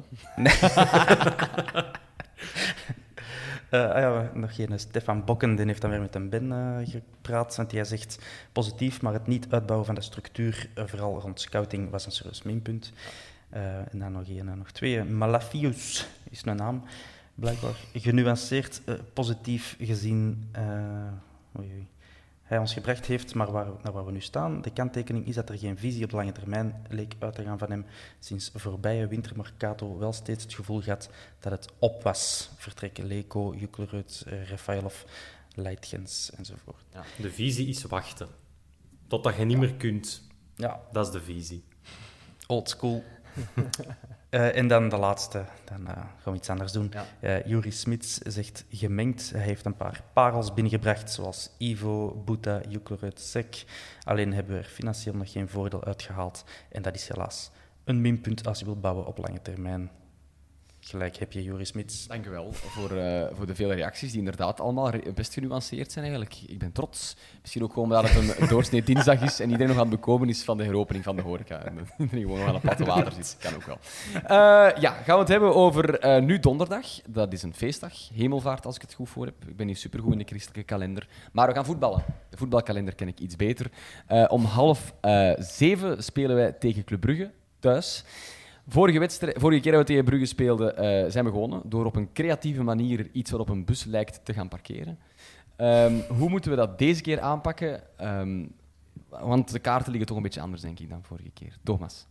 Uh, ah ja, nog geen Stefan Bokken, die heeft dan weer met een Ben uh, gepraat. Want hij zegt positief, maar het niet uitbouwen van de structuur, uh, vooral rond scouting, was een serieus minpunt. Uh, en dan nog één, uh, nog twee. Malafius is een naam, blijkbaar genuanceerd, uh, positief gezien. Uh, oei, oei. Hij ons gebracht heeft, maar waar, naar waar we nu staan. De kanttekening is dat er geen visie op de lange termijn leek uit te gaan van hem. Sinds voorbije wintermercato wel steeds het gevoel gehad dat het op was. Vertrekken Leko, Juklerud, uh, Rafailov, Leitgens enzovoort. Ja. De visie is wachten. Totdat je niet meer kunt. Ja, Dat is de visie. old school. Uh, en dan de laatste, dan uh, gaan we iets anders doen. Ja. Uh, Juri Smits zegt gemengd. Hij heeft een paar parels binnengebracht, zoals Ivo, Buta, Juklerud, Sek. Alleen hebben we er financieel nog geen voordeel uitgehaald. En dat is helaas een minpunt als je wilt bouwen op lange termijn. Gelijk heb je Joris Smits. Dank u wel voor, uh, voor de vele reacties, die inderdaad allemaal re- best genuanceerd zijn eigenlijk. Ik ben trots. Misschien ook gewoon omdat het een doorsnee dinsdag is en iedereen nog aan het bekomen is van de heropening van de horeca. En iedereen gewoon nog aan het platte water zit. Kan ook wel. Uh, ja, gaan we het hebben over uh, nu donderdag. Dat is een feestdag. Hemelvaart, als ik het goed voor heb. Ik ben hier supergoed in de christelijke kalender. Maar we gaan voetballen. De voetbalkalender ken ik iets beter. Uh, om half uh, zeven spelen wij tegen Club Brugge thuis. Vorige, wedstrijd, vorige keer dat we tegen Brugge speelden, uh, zijn we gewonnen door op een creatieve manier iets wat op een bus lijkt te gaan parkeren. Um, hoe moeten we dat deze keer aanpakken? Um, want de kaarten liggen toch een beetje anders, denk ik, dan vorige keer. Thomas.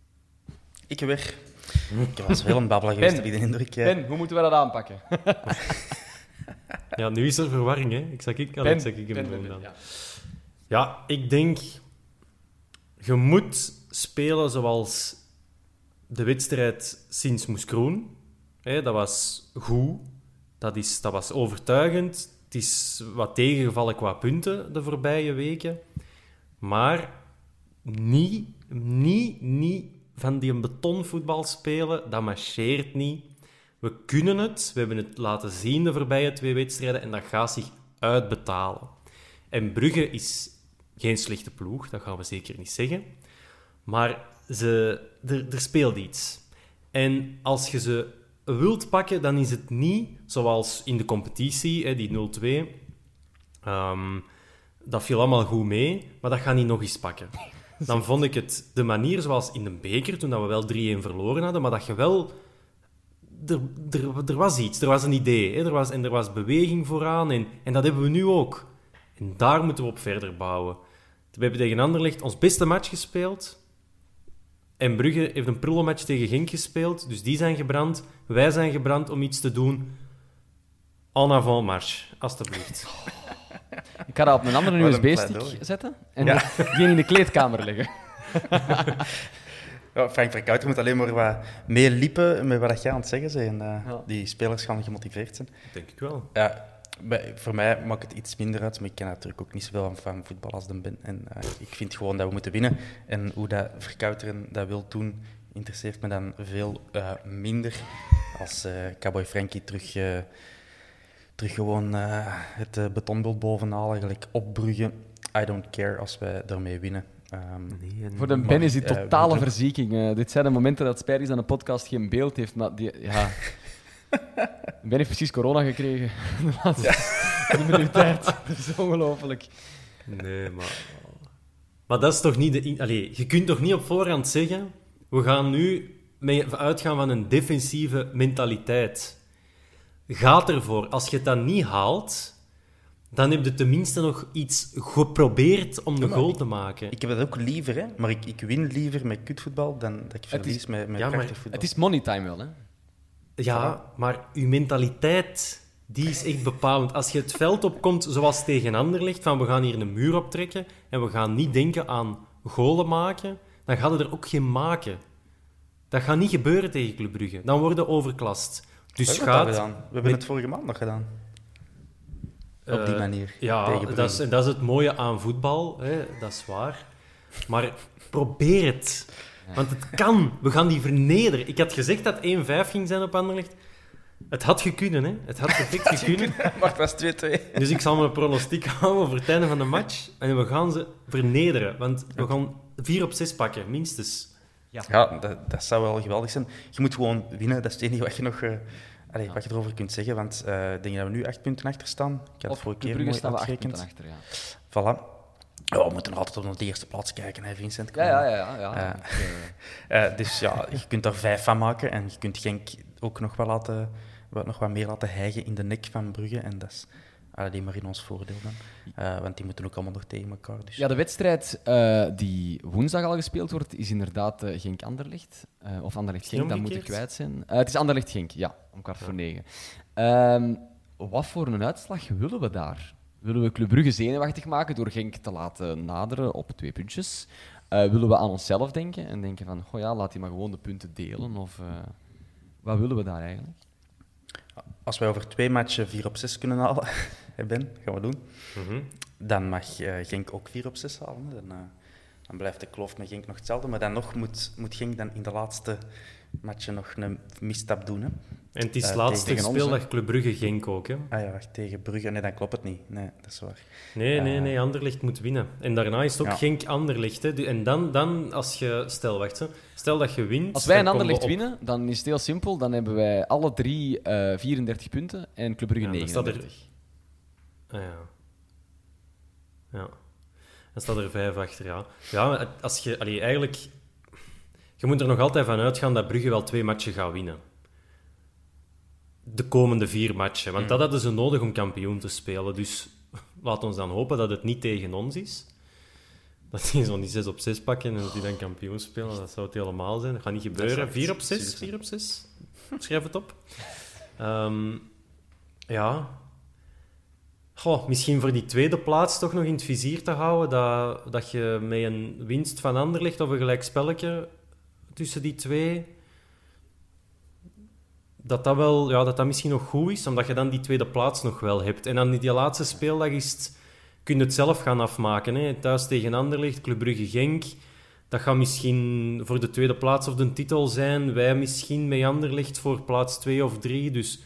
Ik weer. Ik was wel een babbelaar geweest, heb ik de indruk. Ja. Ben, hoe moeten we dat aanpakken? Ja, nu is er verwarring, hè. Ik zeg ik, Alex, zeg ik hem doen dan. Ja. ja, ik denk... Je moet spelen zoals... De wedstrijd sinds Moeskroen, hè, dat was goed, dat, is, dat was overtuigend. Het is wat tegengevallen qua punten de voorbije weken. Maar niet, niet, niet van die betonvoetbal spelen, dat marcheert niet. We kunnen het, we hebben het laten zien de voorbije twee wedstrijden en dat gaat zich uitbetalen. En Brugge is geen slechte ploeg, dat gaan we zeker niet zeggen. Maar... Ze, er, er speelt iets. En als je ze wilt pakken, dan is het niet zoals in de competitie, hè, die nul twee. Um, dat viel allemaal goed mee, maar dat gaat niet nog eens pakken. Dan vond ik het de manier zoals in de beker, toen dat we wel drie-een verloren hadden, maar dat je wel... Er, er, er was iets, er was een idee, hè, er was, en er was beweging vooraan. En, en dat hebben we nu ook. En daar moeten we op verder bouwen. We hebben tegen Anderlecht ons beste match gespeeld... En Brugge heeft een prullenmatch tegen Genk gespeeld, dus die zijn gebrand. Wij zijn gebrand om iets te doen. En avant marche, alstublieft. Ik ga dat op een andere U S B-stick zetten en ja. die in de kleedkamer leggen. Ja, Frank Verkouter moet alleen maar wat meeliepen met wat jij aan het zeggen bent. En uh, ja. die spelers gaan gemotiveerd zijn. Denk ik wel. Ja. Bij, voor mij maakt het iets minder uit, maar ik ken natuurlijk ook niet zoveel van, van voetbal als de Ben. En uh, ik vind gewoon dat we moeten winnen. En hoe dat Verkouteren dat wil doen, interesseert me dan veel uh, minder. Als uh, Cowboy Frankie terug, uh, terug gewoon uh, het uh, betonbeeld bovenhalen, eigenlijk opbruggen. I don't care als wij daarmee winnen. Um, nee, voor de Ben is die totale uh, verzieking. Uh, dit zijn de momenten dat Spijris aan de podcast geen beeld heeft, maar die... Ja. Ben heeft precies corona gekregen. De laatste minuut tijd. Dat is ongelooflijk. Nee, maar... Maar dat is toch niet de... Allee, je kunt toch niet op voorhand zeggen... We gaan nu uitgaan van een defensieve mentaliteit. Ga ervoor. Als je het dan niet haalt... Dan heb je tenminste nog iets geprobeerd om de ja, goal ik, te maken. Ik heb dat ook liever, hè. Maar ik, ik win liever met kutvoetbal dan dat ik verlies is, met, met ja, prachtig voetbal. Het is money time wel, hè. Ja, maar uw mentaliteit, die is echt bepalend. Als je het veld opkomt zoals tegen Anderlecht, van we gaan hier een muur optrekken en we gaan niet denken aan golen maken, dan gaan we er ook geen maken. Dat gaat niet gebeuren tegen Club Brugge. Dan worden we overklast. Dus we hebben gaat... het gedaan. We hebben het vorige maand nog gedaan. Op die manier. Uh, ja, dat is, dat is het mooie aan voetbal. Hè. Dat is waar. Maar probeer het. Want het kan. We gaan die vernederen. Ik had gezegd dat één vijf ging zijn op Anderlecht. Het had gekunnen, hè. Het had perfect gekunnen. Maar het was twee twee. Dus ik zal mijn pronostiek houden voor het einde van de match. En we gaan ze vernederen. Want we gaan vier op zes pakken, minstens. Ja, ja dat, dat zou wel geweldig zijn. Je moet gewoon winnen. Dat is het enige wat je nog... Uh, allee, ja. wat je erover kunt zeggen. Want uh, ik denk dat we nu acht punten achter staan. Ik had of vorige keer mooi staan we acht punten achter, ja. Voilà. Oh, we moeten altijd op de eerste plaats kijken, hè, Vincent. Ja, ja, ja. ja. Uh, uh, dus ja, je kunt er vijf van maken en je kunt Genk ook nog wel laten, wat, nog wat meer laten hijgen in de nek van Brugge. En dat is alleen maar in ons voordeel dan. Uh, want die moeten ook allemaal nog tegen elkaar. Dus. Ja, de wedstrijd uh, die woensdag al gespeeld wordt, is inderdaad uh, Genk-Anderlecht. Uh, of Anderlecht-Genk, dat moet ik kwijt zijn. Uh, het is Anderlecht-Genk, ja, om kwart ja. voor negen. Um, wat voor een uitslag willen we daar? Willen we Club Brugge zenuwachtig maken door Genk te laten naderen op twee puntjes? Uh, willen we aan onszelf denken en denken van, goh ja, laat die maar gewoon de punten delen? Of uh, wat willen we daar eigenlijk? Als wij over twee matchen vier op zes kunnen halen, Ben, gaan we doen. Mm-hmm. Dan mag uh, Genk ook vier op zes halen. Dan, uh, dan blijft de kloof met Genk nog hetzelfde. Maar dan nog moet, moet Genk dan in de laatste matchen nog een misstap doen. Hè. En het is het Uh, laatste tegen ons, speeldag hè. Club Brugge-Genk ook. Hè? Ah ja, wacht, tegen Brugge. Nee, dan klopt het niet. Nee, dat is waar. Nee, nee, Uh, nee, Anderlecht moet winnen. En daarna is het ook ja. Genk-Anderlecht. Hè. En dan, dan, als je... Stel, wacht. Hè. Stel dat je wint... Als wij een dan kom Anderlecht je op- winnen, dan is het heel simpel. Dan hebben wij alle drie uh, vierendertig punten en Club Brugge Ja, dan staat er- negenendertig. Ah, ja. Ja. Dan staat er vijf achter, ja. Ja, maar als je... Allee, eigenlijk... Je moet er nog altijd van uitgaan dat Brugge wel twee matchen gaat winnen. De komende vier matchen. Want dat hadden ze nodig om kampioen te spelen. Dus laat ons dan hopen dat het niet tegen ons is. Dat die zo die zes op zes pakken en dat die dan kampioen spelen. Dat zou het helemaal zijn. Dat gaat niet gebeuren. vier op zes? vier op zes? Schrijf het op. Um, ja... Goh, misschien voor die tweede plaats toch nog in het vizier te houden. Dat, dat je met een winst van Anderlecht of een gelijkspelletje tussen die twee... Dat dat, wel, ja, dat dat misschien nog goed is, omdat je dan die tweede plaats nog wel hebt. En dan in die laatste speeldag is het, kun je het zelf gaan afmaken. Hè. Thuis tegen Anderlecht, Club Brugge-Genk. Dat gaat misschien voor de tweede plaats of de titel zijn. Wij misschien met Anderlecht voor plaats twee of drie. Dus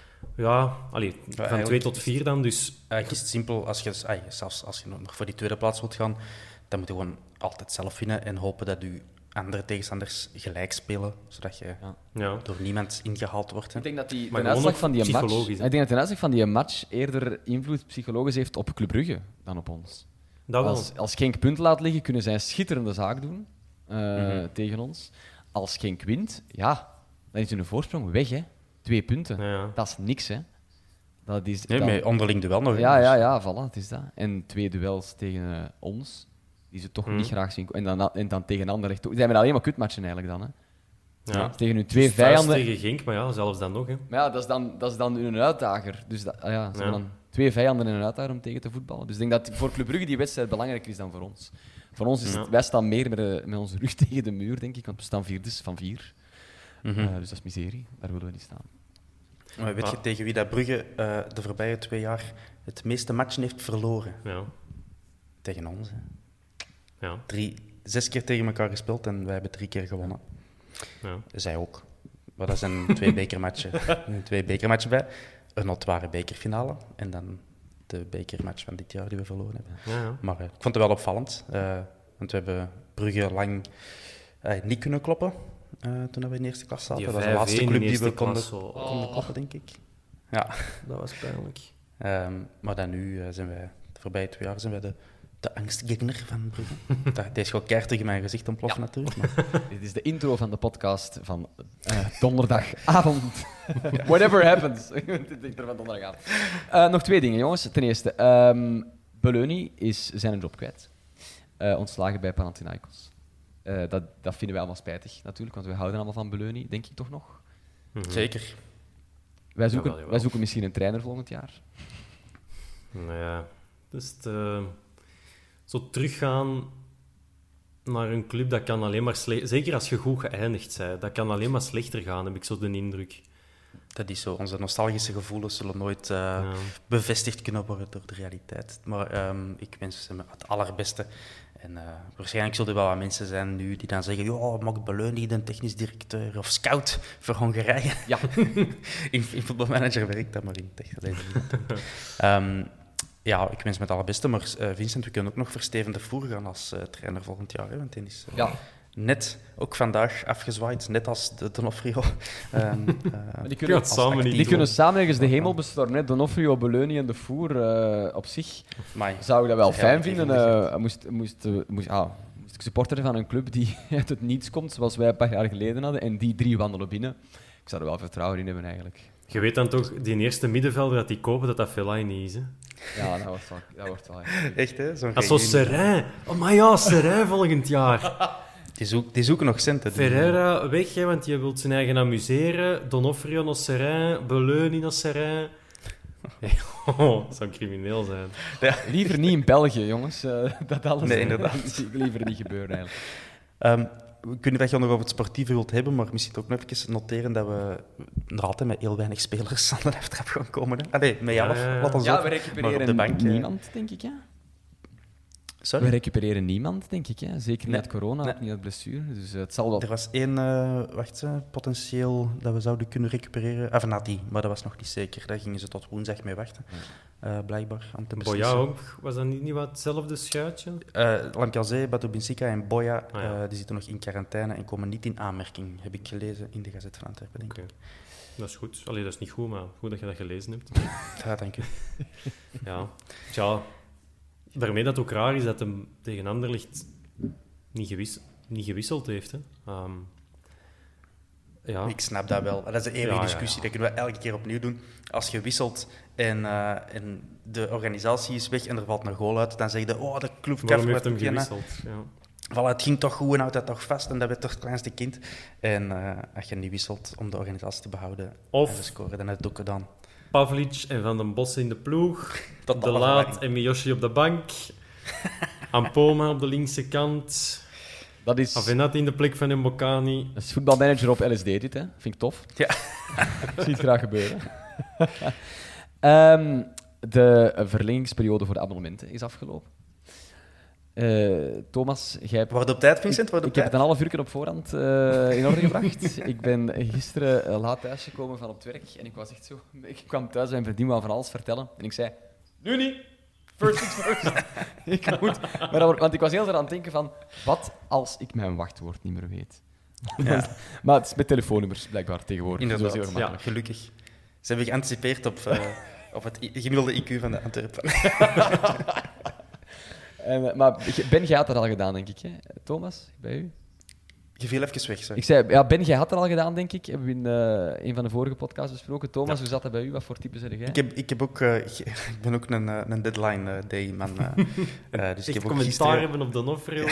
ja, allee, van eigenlijk twee tot vier dan. Dus Eigenlijk is het simpel, als je, ay, zelfs als je nog voor die tweede plaats wilt gaan, dan moet je gewoon altijd zelf winnen en hopen dat je andere tegenstanders gelijk spelen, zodat je Ja. ja. door niemand ingehaald wordt. Hè. Ik denk dat die, Maar de gewoon uitslag ook van die match, psychologisch, hè? ik denk dat de uitslag van die match eerder invloed psychologisch heeft op Club Brugge dan op ons. dat wel. Als, als Genk punt laat liggen, kunnen zij een schitterende zaak doen uh, Mhm. tegen ons. Als Genk wint, ja, dan is hun voorsprong weg, hè. Twee punten. Ja, ja. Dat is niks, hè. Dat is, Nee, dan- met onderling duel nog. hè. Ja, Dus- ja, ja, voilà, het is dat. En twee duels tegen uh, ons, die ze toch Mhm. niet graag zien. En dan, en dan tegen Anderlecht. Die zijn met alleen maar kutmatchen eigenlijk dan, hè. Ja. Tegen hun twee Dus thuis vijanden. tegen Genk, maar ja, zelfs dan nog. Hè. Maar ja, dat is dan, dat is dan hun uitdager. Dus dat, ah ja, ze Ja. hebben dan twee vijanden en een uitdager om tegen te voetballen. Dus ik denk dat voor Club Brugge die wedstrijd belangrijker is dan voor ons. Voor ons is het, Ja. wij staan meer met, de, met onze rug tegen de muur, denk ik. Want we staan vierdes van vier. Mhm. Uh, dus dat is miserie. Daar willen we niet staan. Maar weet je Ah. tegen wie dat Brugge uh, de voorbije twee jaar het meeste matchen heeft verloren? Ja. Tegen ons. Hè. Ja. Drie, zes keer tegen elkaar gespeeld en wij hebben drie keer gewonnen. Ja. Zij ook. Maar dat zijn twee bekermatchen. twee bekermatchen bij. Een notoire bekerfinale. En dan de bekermatch van dit jaar die we verloren hebben. Ja, ja. Maar uh, ik vond het wel opvallend. Uh, want we hebben Brugge lang uh, niet kunnen kloppen. Uh, toen we in de eerste klas zaten. Die Dat was de laatste vijf één in club die we eerste konden, klas, zo. Oh. konden kloppen, denk ik. Ja. Dat was pijnlijk. Um, maar dan nu uh, zijn wij, de voorbije twee jaar, zijn wij de, de angstgegner van Brugge. dat, deze is gewoon keihard in mijn gezicht ontploffen, ja. natuurlijk. Maar... Dit is de intro van de podcast van uh, donderdagavond. Whatever happens. De intro van donderdagavond. Uh, nog twee dingen, jongens. Ten eerste, um, Beleuni is zijn job kwijt. Uh, ontslagen bij Panathinaikos. Uh, dat, dat vinden wij allemaal spijtig, natuurlijk, want we houden allemaal van Beleuni, denk ik toch nog? Mm-hmm. Zeker. Wij zoeken, Jawel, jawel. wij zoeken misschien een trainer volgend jaar. Nou ja, dus het, uh, zo teruggaan naar een club, dat kan alleen maar slechter... Zeker als je goed geëindigd bent, dat kan alleen maar slechter gaan, heb ik zo de indruk. Dat is zo. Onze nostalgische gevoelens zullen nooit uh, Ja. bevestigd kunnen worden door de realiteit. Maar um, ik wens hem het allerbeste. En uh, waarschijnlijk zullen er wel wat mensen zijn nu die dan zeggen: "Joh, mag Beleuni de technisch directeur of scout voor Hongarije?" Ja. in, in voetbalmanager werkt dat, maar in het echt alleen niet. um, Ja, ik wens me het allerbeste. Maar uh, Vincent, we kunnen ook nog voor Steven de Voer gaan als uh, trainer volgend jaar. Hè, want die is uh, Ja. net, ook vandaag, afgezwaaid. Net als de Donofrio. Um, uh, Die kunnen, Ja, samen actief niet. die kunnen samen ergens de hemel bestormen. Hè. Donofrio, Beleuni en de Voer uh, op zich. Amai. Zou ik dat wel Ja, fijn ik vinden. vind Uh, moest, moest, uh, moest, ah, moest ik supporter van een club die uit het niets komt, zoals wij een paar jaar geleden hadden, en die drie wandelen binnen. Ik zou er wel vertrouwen in hebben, eigenlijk. Je weet dan toch, die eerste middenvelder dat die kopen, dat dat Fellaini is. Hè? Ja, dat wordt wel. Dat wordt wel ja. Echt, hè? Zo'n Als zo regime. Serijn. Oh, maar ja, Serijn volgend jaar. Die, zoek, die zoeken nog centen. die- Ferreira weg, hè, want je wilt zijn eigen amuseren. Donofrio naar Serijn, Beleuni naar Serijn. Oh, dat zou crimineel zijn. Liever niet in België, jongens. Uh, dat alles Nee, inderdaad. zie ik liever niet gebeuren, eigenlijk. Um, ik weet niet dat je nog over het sportieve wilt hebben, maar misschien ook nog even noteren dat we nog altijd met heel weinig spelers aan de aftrap gaan komen. Hè? Allee, met Ja, elf, ja, ja. laat ons Ja, ook. we Maar recupereren op de bank, eh, niemand, denk ik, ja. Sorry? We recupereren niemand, denk ik. Hè? Zeker niet Nee. uit corona, Nee. ook niet uit blessure. Dus uh, het zal wel... Er was één, uh, wacht, uh, potentieel dat we zouden kunnen recupereren. Of Nati, maar dat was nog niet zeker. Daar gingen ze tot woensdag mee wachten, uh, blijkbaar. Om te beslissen. Boya ook, was dat niet, niet wat hetzelfde schuitje? Uh, Lamkelzee, Batobinsika en Boya, Ah, ja. uh, die zitten nog in quarantaine en komen niet in aanmerking, heb ik gelezen in de Gazet van Antwerpen, denk ik. Okay. Dat is goed. Allee, dat is niet goed, maar goed dat je dat gelezen hebt. Ja, dank u. Ja, tja. Daarmee dat het ook raar is dat hem tegen Anderlecht niet, gewis- niet gewisseld heeft. Hè. Um, ja. Ik snap dat wel. Dat is de eeuwige Ja, ja, discussie. ja. Dat kunnen we elke keer opnieuw doen. Als je wisselt en, uh, en de organisatie is weg en er valt een goal uit, dan zeg je, oh, de kloef. Waarom heeft hem gewisseld? Ja. Voilà, het ging toch goed en houdt dat toch vast en dat werd toch het kleinste kind. En uh, als je niet wisselt om de organisatie te behouden Of- en te scoren, dan heb je het ook gedaan. Pavlic en Van den Bossen in de ploeg. Tot De Laat en Miyoshi op de bank. Ampoma op de linkse kant. Dat is, Avenatti in de plek van Mbokani. dat is voetbalmanager op L S D, dit. Hè? Vind ik tof. Ja. Ik zie het graag gebeuren. um, de verlengingsperiode voor de abonnementen is afgelopen. Uh, Thomas, jij hebt... Word op tijd, Vincent? Word op Ik heb het tijd? een half uur op voorhand uh, in orde gebracht. Ik ben gisteren uh, laat thuisgekomen van op het werk en ik was echt zo... Ik kwam thuis en mijn vriendin wou van alles vertellen. En ik zei, nu niet. First things first. ik moet... Maar dat, want ik was heel erg aan het denken van, wat als ik mijn wachtwoord niet meer weet? Ja. Maar het is met telefoonnummers blijkbaar tegenwoordig. Dus dat is heel Inderdaad, ja, gemakkelijk. gelukkig. Ze hebben geanticipeerd op, uh, op het I- gemiddelde I Q van de Antwerpen. En, maar Ben, jij had dat al gedaan, denk ik. Hè? Thomas, bij u? Je viel even weg, sorry. Ik zei, ja, Ben, jij had dat al gedaan, denk ik. Hebben we in uh, een van de vorige podcasts besproken. Thomas, Ja. hoe zat dat bij u? Wat voor type zeg jij? Ik, heb, ik, heb ook, uh, ge- ik ben ook een, uh, een deadline uh, day man. Uh, uh, dus ik Echt heb ook commentaar gisteren... hebben op de Nofreel.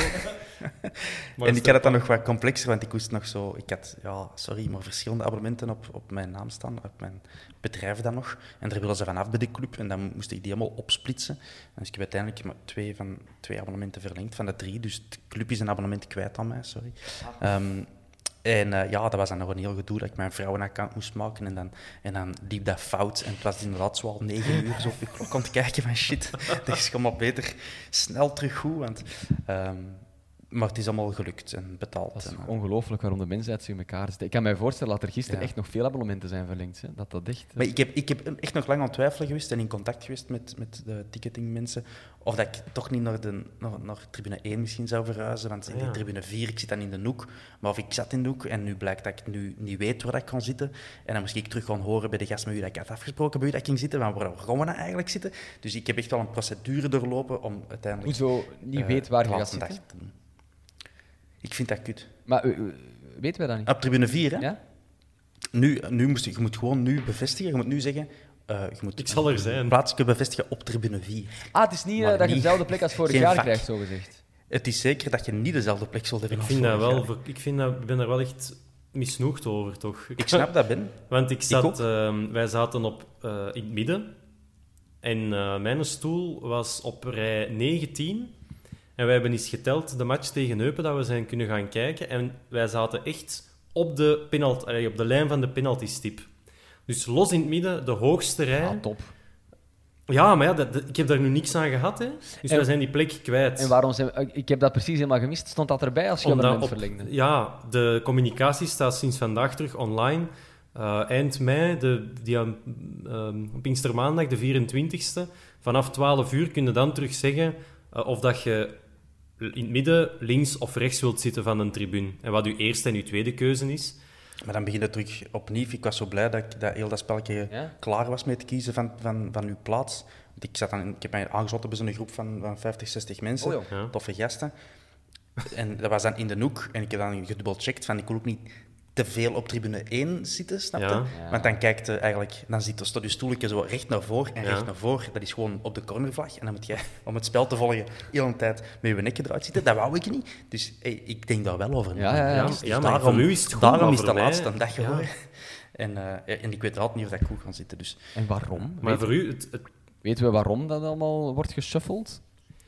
En ik had het dan nog wat complexer, want ik moest nog zo... Ik had, ja, sorry, maar verschillende abonnementen op, op mijn naam staan, op mijn bedrijf dan nog. En daar wilden ze vanaf bij de club en dan moest ik die helemaal opsplitsen. En dus ik heb uiteindelijk maar twee, van, twee abonnementen verlengd van de drie. Dus de club is een abonnement kwijt aan mij, sorry. Um, En uh, ja, dat was dan nog een heel gedoe dat ik mijn vrouwenaccount moest maken. En dan, en dan liep dat fout. En het was inderdaad zo al negen uur zo op de klok om te kijken van shit, dat is gewoon maar beter snel terug goed. Want, um, maar het is allemaal gelukt en betaald. Dat is en, uh, ongelooflijk waarom de mensheid zich in elkaar zit. Ik kan mij voorstellen dat er gisteren Ja. echt nog veel abonnementen zijn verlengd. Hè? Dat dat echt... Maar ik heb, ik heb echt nog lang aan het twijfelen geweest en in contact geweest met, met de ticketingmensen. Of dat ik toch niet naar, de, naar, naar tribune één misschien zou verhuizen. Want in Ja. die tribune vier, ik zit dan in de hoek. Maar of ik zat in de hoek en nu blijkt dat ik nu niet weet waar ik kan zitten. En dan moest ik terug gaan horen bij de gast met wie ik had afgesproken, bij wie dat ik ging zitten. Van waar gaan we nou eigenlijk zitten? Dus ik heb echt wel een procedure doorlopen om uiteindelijk... Hoezo niet uh, weet waar je de gaat laatste zitten? dag te doen. Ik vind dat kut. Maar uh, uh, weten wij dat niet? Op tribune vier, hè? Ja? Nu, nu moest je, je moet gewoon nu bevestigen. Je moet nu zeggen... Uh, je moet Ik zal er zijn. een plaatsje bevestigen op tribune vier. Ah, het is niet uh, Maar dat je niet- dezelfde plek als vorig geen jaar vak. krijgt, zo gezegd. Het is zeker dat je niet dezelfde plek zult hebben Ik als vind dat vorig wel... jaar. ver- Ik, vind dat, ik ben daar wel echt misnoegd over, toch? Ik snap dat, Ben. Want ik zat, ook. ehm, wij zaten op, uh, in het midden. En uh, mijn stoel was op rij negentien. En wij hebben eens geteld de match tegen Eupen dat we zijn kunnen gaan kijken. En wij zaten echt op de, penalt, allee, op de lijn van de penaltystip. Dus los in het midden, de hoogste rij. Ah, top. Ja, maar ja, dat, dat- ik heb daar nu niks aan gehad. Hè. Dus En- wij zijn die plek kwijt. En waarom zijn we... Ik heb dat precies helemaal gemist. Stond dat erbij als je Omdat abonnement op- verlengde? Ja, de communicatie staat sinds vandaag terug online. Uh, eind mei, de, die, uh, um, op Pinkstermaandag, de vierentwintigste, vanaf twaalf uur kun je dan terug zeggen uh, of dat je in het midden, links of rechts wilt zitten van een tribune. En wat uw eerste en uw tweede keuze is. Maar dan begin je terug opnieuw. Ik was zo blij dat, ik, dat heel dat spelletje Ja? klaar was met kiezen van, van, van uw plaats. Want ik, zat dan, ik heb mij aangesloten bij zo'n groep van, van vijftig, zestig mensen. Oh, ja. Toffe gasten. En dat was dan in de hoek. En ik heb dan gedubbelcheckt van ik wil ook niet te veel op tribune één zitten, snap je? Ja. Ja. Want dan kijkt je eigenlijk, dan zit, staat je stoeltje zo recht naar voren en Ja. recht naar voren. Dat is gewoon op de cornervlag. En dan moet jij, om het spel te volgen, heel een tijd met je nekje eruit zitten. Dat wou ik niet. Dus hey, ik denk daar wel over. Ja, ja, ja. Ja, Dus ja, maar daarom, voor u is het goed, daarom maar is voor de mij- laatste dag ja. geworden. En, uh, en ik weet altijd niet of ik goed kan zitten. Dus. En waarom? Maar Weet- voor u, het, het, Weten we waarom dat allemaal wordt geshuffeld?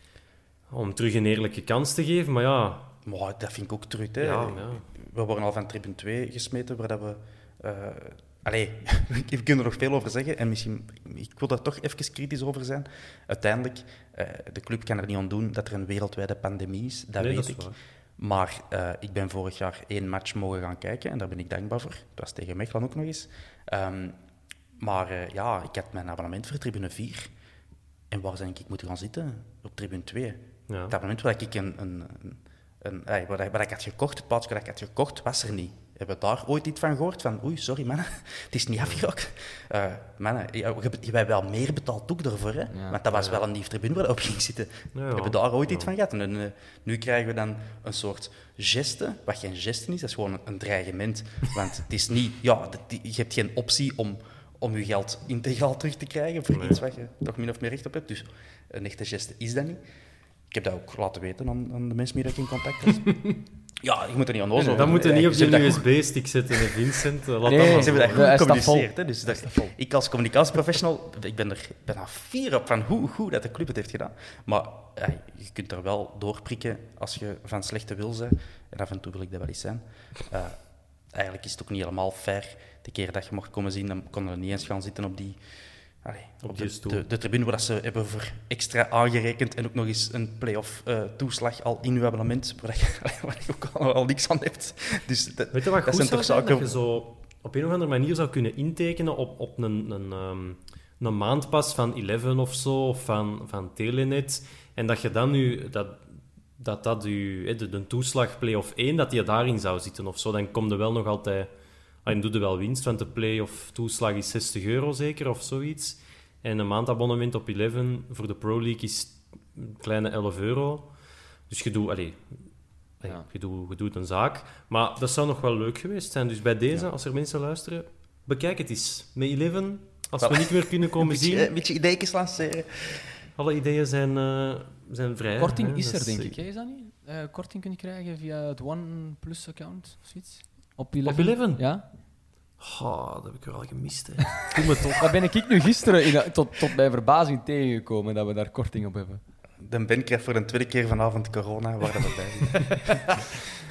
om terug een eerlijke kans te geven, maar ja... Maar dat vind ik ook terug. Hè. Ja, ja. We worden al van tribune twee gesmeten, waar dat we uh, Allee, we kunnen er nog veel over zeggen en misschien, ik wil daar toch even kritisch over zijn. Uiteindelijk, uh, de club kan er niet aan doen dat er een wereldwijde pandemie is, dat nee, weet dat ik. waar. Maar uh, ik ben vorig jaar één match mogen gaan kijken en daar ben ik dankbaar voor. Het was tegen Mechelen ook nog eens. Um, maar uh, ja, ik had mijn abonnement voor tribune vier. En waar zou ik moeten gaan zitten? Op tribune twee. Ja. Het abonnement waar ik een... een, een, een uh, waar, ik, waar ik had gekocht, het plaatsje dat ik had gekocht, was er niet. Hebben we daar ooit iets van gehoord? Van, oei, sorry mannen, het is niet afgerokt. Uh, mannen, ja, we hebben wel meer betaald ook daarvoor, hè? Ja. Want dat was Ja. wel een nieuwe tribune waar we op ging zitten. Ja, ja. Hebben we daar ooit Ja. iets van gehad? En, uh, nu krijgen we dan een soort geste, wat geen geste is, dat is gewoon een, een dreigement. Want het is niet, ja, je hebt geen optie om, om je geld integraal terug te krijgen voor Nee. iets wat je toch min of meer recht op hebt. Dus een echte geste is dat niet. Ik heb dat ook laten weten aan, aan de mensen met wie ik in contact was. Ja, je moet er niet aan ozo. Dat moet je niet op Ze je hebben U dat S goed- B-stick zetten, hè, Vincent. Laat Nee, dat maar Ze hebben dat zo. Hij goed staat vol. gecommuniceerd. Hè? Dus dat, ik als communicatieprofessional, ik ben er bijna fier op van hoe goed dat de club het heeft gedaan. Maar ja, je kunt er wel doorprikken als je van slechte wil bent. En af en toe wil ik dat wel eens zijn. Uh, eigenlijk is het ook niet helemaal fair. De keer dat je mocht komen zien, dan konden we niet eens gaan zitten op die... Allee, Op op die de, stoel. de, de tribune waar dat ze hebben voor extra aangerekend en ook nog eens een play-off uh, toeslag al in uw abonnement, waar je, waar je ook al, al niks aan hebt. Dus dat, Weet je wat dat goed zijn toch zou zijn? zaken... Dat je zo op een of andere manier zou kunnen intekenen op, op een, een, um, een maandpas van Eleven of zo, of van, van Telenet. En dat je dan nu... Dat, dat, dat u, hè, de, de toeslag play-off één, dat die daarin zou zitten of zo. Dan komt er wel nog altijd... Ah, dan doe je wel winst, want de play-off toeslag is zestig euro zeker, of zoiets. En een maandabonnement op Eleven voor de Pro League is een kleine elf euro. Dus je doet... Allee, Ja. je, doet, je doet een zaak. Maar dat zou nog wel leuk geweest zijn. Dus bij deze, als er mensen luisteren, bekijk het eens. Met Eleven, als we niet meer kunnen komen Een beetje, zien... een beetje ideetjes lanceren. Alle ideeën zijn, uh, zijn vrij. Korting hè. is Dat er, denk ik. Hè? Is dat niet? Uh, korting kun je krijgen via het OnePlus-account of zoiets? Op Eleven? Op Eleven? Ja. Oh, dat heb ik wel gemist. Hè. Doe me toch. Daar ben ik nu gisteren in, tot, tot mijn verbazing tegengekomen dat we daar korting op hebben. De Ben krijgt voor de tweede keer vanavond corona, waar dat bij zit.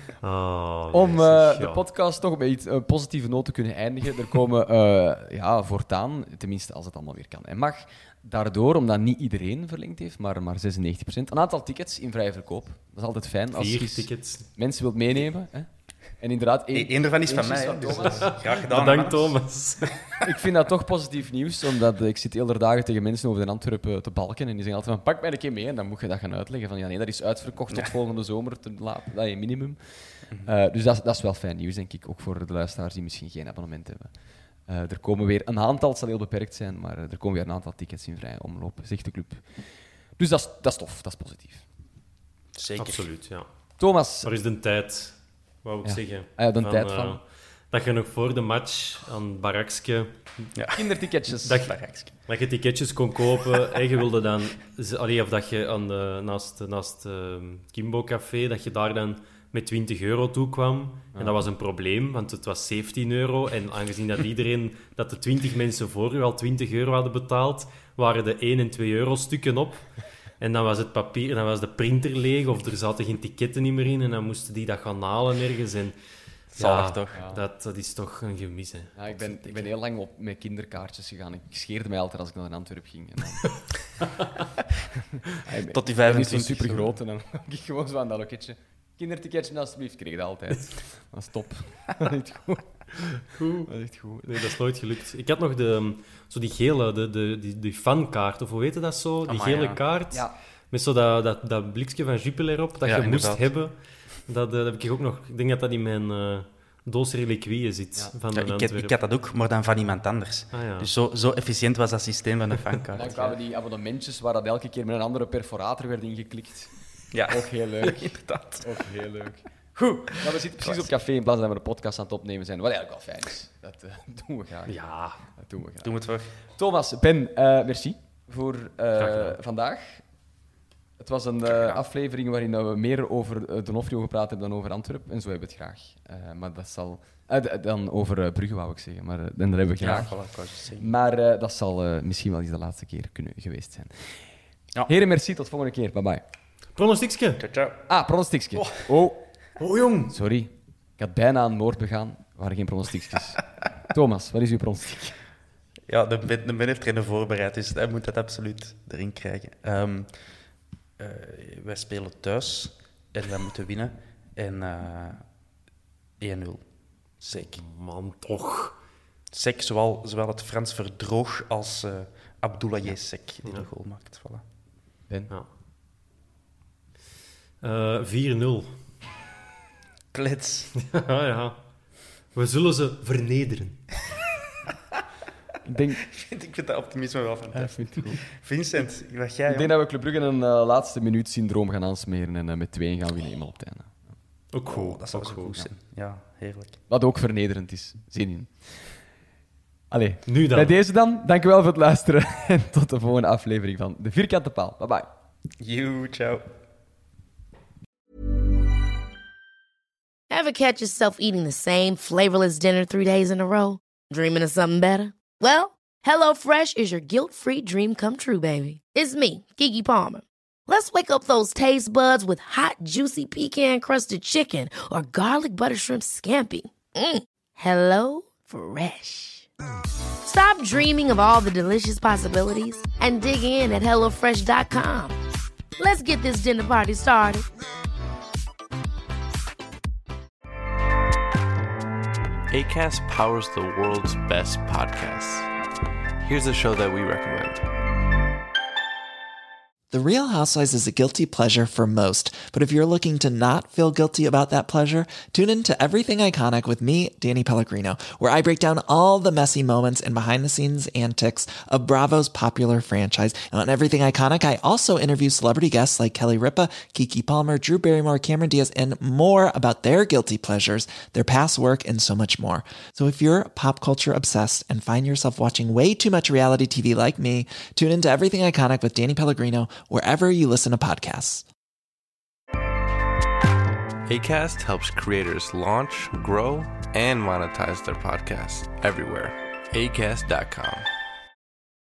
Oh, Om nee, uh, zeg, de ja. podcast toch met iets, een positieve noot te kunnen eindigen. Er komen uh, ja, voortaan, tenminste als het allemaal weer kan en mag, daardoor, omdat niet iedereen verlengd heeft, maar, maar zesennegentig procent, een aantal tickets in vrije verkoop. Dat is altijd fijn als Vier je tickets. mensen wilt meenemen. Hè? En inderdaad, één, Eén ervan is van eentje mij, is hè, dus Thomas. graag gedaan. Bedankt, man. Thomas. Ik vind dat toch positief nieuws, omdat ik zit heel de dagen tegen mensen over de Antwerpen te balken en die zeggen altijd van, pak mij een keer mee en dan moet je dat gaan uitleggen. Van, ja, nee, dat is uitverkocht tot volgende zomer, te laat, dat is minimum. Uh, dus dat is, dat is wel fijn nieuws, denk ik, ook voor de luisteraars die misschien geen abonnement hebben. Uh, er komen weer een aantal, het zal heel beperkt zijn, maar uh, er komen weer een aantal tickets in vrije omloop, zegt de club. Dus dat is, dat is tof, dat is positief. Zeker. Absoluut, ja. Thomas, Waar is de tijd, wou ik Ja. zeggen? Ah ja, de tijd eh, van- Dat je nog voor de match aan het barakske... kinderticketjes. Dat je, dat je ticketjes kon kopen en je wilde dan... z- Allee, of dat je aan de, naast, naast uh, Kimbo Café, dat je daar dan met twintig euro toe kwam. En dat was een probleem, want het was zeventien euro. En aangezien dat iedereen, dat de twintig mensen voor u al twintig euro hadden betaald, waren de één en twee euro stukken op. En dan was het papier, dan was de printer leeg, of er zaten geen ticketten niet meer in. En dan moesten die dat gaan halen ergens. En, Zalig ja, toch? Dat, dat is toch een gemis, hè. Ja, ik, ben, ik ben heel lang op, met kinderkaartjes gegaan. Ik scheerde mij altijd als ik naar Antwerpen ging. En dan... Ja, Tot die ik ben niet vijfentwintig. zo super groot en dan ging ik gewoon zo aan dat loketje. Kinderticketje, alsjeblieft, kreeg ik dat altijd. Dat is top. Dat is echt goed. Goed. Dat is echt goed. Nee, dat is nooit gelukt. Ik had nog de, zo die gele, de, de, die, die fankaart, of hoe heet dat zo? Die Amai, gele ja. kaart, Ja. met zo dat, dat, dat blikje van Jupiler op, dat Ja, je inderdaad. moest hebben. Dat, eh, dat heb ik ook nog... Ik denk dat dat in mijn uh, doos reliquieën zit, Ja. van Ja, de ik, heb, ik had dat ook, maar dan van iemand anders. Ah, ja. Dus zo, zo efficiënt was dat systeem van de Dan fankaart. kwamen die abonnementjes waar dat elke keer met een andere perforator werd ingeklikt. Ja, Ook heel leuk. inderdaad. Ook heel leuk. Goed, nou, we zitten precies op café in plaats van dat we de podcast aan het opnemen zijn. Wat eigenlijk wel fijn is. Dat uh, doen we graag. Ja, Dat doen we graag. Doe het voor. Thomas, Ben, uh, merci voor uh, gedaan. vandaag. Het was een uh, gedaan. aflevering waarin we meer over uh, D'Onofrio gepraat hebben dan over Antwerpen. En zo hebben we het graag. Uh, maar dat zal... Uh, d- dan over uh, Brugge, wou ik zeggen. Maar uh, dan hebben we Ja, graag. voilà, ik wou het zeggen. Maar uh, dat zal uh, misschien wel eens de laatste keer kunnen geweest zijn. Ja. Heren, merci. Tot volgende keer. Bye bye. pronostiekje. Ciao, ciao. Ah, pronostiekje. Oh. Oh, jong. Sorry. Ik had bijna een moord begaan. Er waren geen pronostiekjes. Thomas, wat is uw pronostiek? Ja, de, de Ben heeft er voorbereid, dus hij moet dat absoluut erin krijgen. Um, uh, wij spelen thuis en wij moeten winnen. En uh, één nul. Sek. Man, toch. Sek, zowel, zowel het Frans Verdroog als uh, Abdoulaye Sek, die Ja. de goal maakt. Voilà. Ben? Ja. Uh, vier nul. Klets. ja, ja. We zullen ze vernederen. Ik denk, Ik vind dat optimisme wel ja, ik fantastisch. vind het goed. Vincent, wat jij, Ik denk dat we Club Brugge een uh, laatste minuut syndroom gaan aansmeren en uh, met tweeën gaan winnen op het einde. Ook goed. Oh, dat zou ook zo goed zijn. Ja, heerlijk. Wat ook vernederend is. Zin in. Allee, Nu dan. bij deze dan. Dank u wel voor het luisteren. En tot de volgende aflevering van De Vierkante Paal. Bye bye. You, ciao. Ever catch yourself eating the same flavorless dinner three days in a row? Dreaming of something better? Well, HelloFresh is your guilt-free dream come true, baby. It's me, Keke Palmer. Let's wake up those taste buds with hot, juicy pecan-crusted chicken or garlic butter shrimp scampi. Mm. Hello Fresh. Stop dreaming of all the delicious possibilities and dig in at hello fresh dot com. Let's get this dinner party started. Acast powers the world's best podcasts. Here's a show that we recommend. The Real Housewives is a guilty pleasure for most, but if you're looking to not feel guilty about that pleasure, tune in to Everything Iconic with me, Danny Pellegrino, where I break down all the messy moments and behind-the-scenes antics of Bravo's popular franchise. And on Everything Iconic, I also interview celebrity guests like Kelly Ripa, Keke Palmer, Drew Barrymore, Cameron Diaz, and more about their guilty pleasures, their past work, and so much more. So if you're pop culture obsessed and find yourself watching way too much reality T V like me, tune in to Everything Iconic with Danny Pellegrino, wherever you listen to podcasts. Acast helps creators launch, grow, and monetize their podcasts everywhere. acast dot com.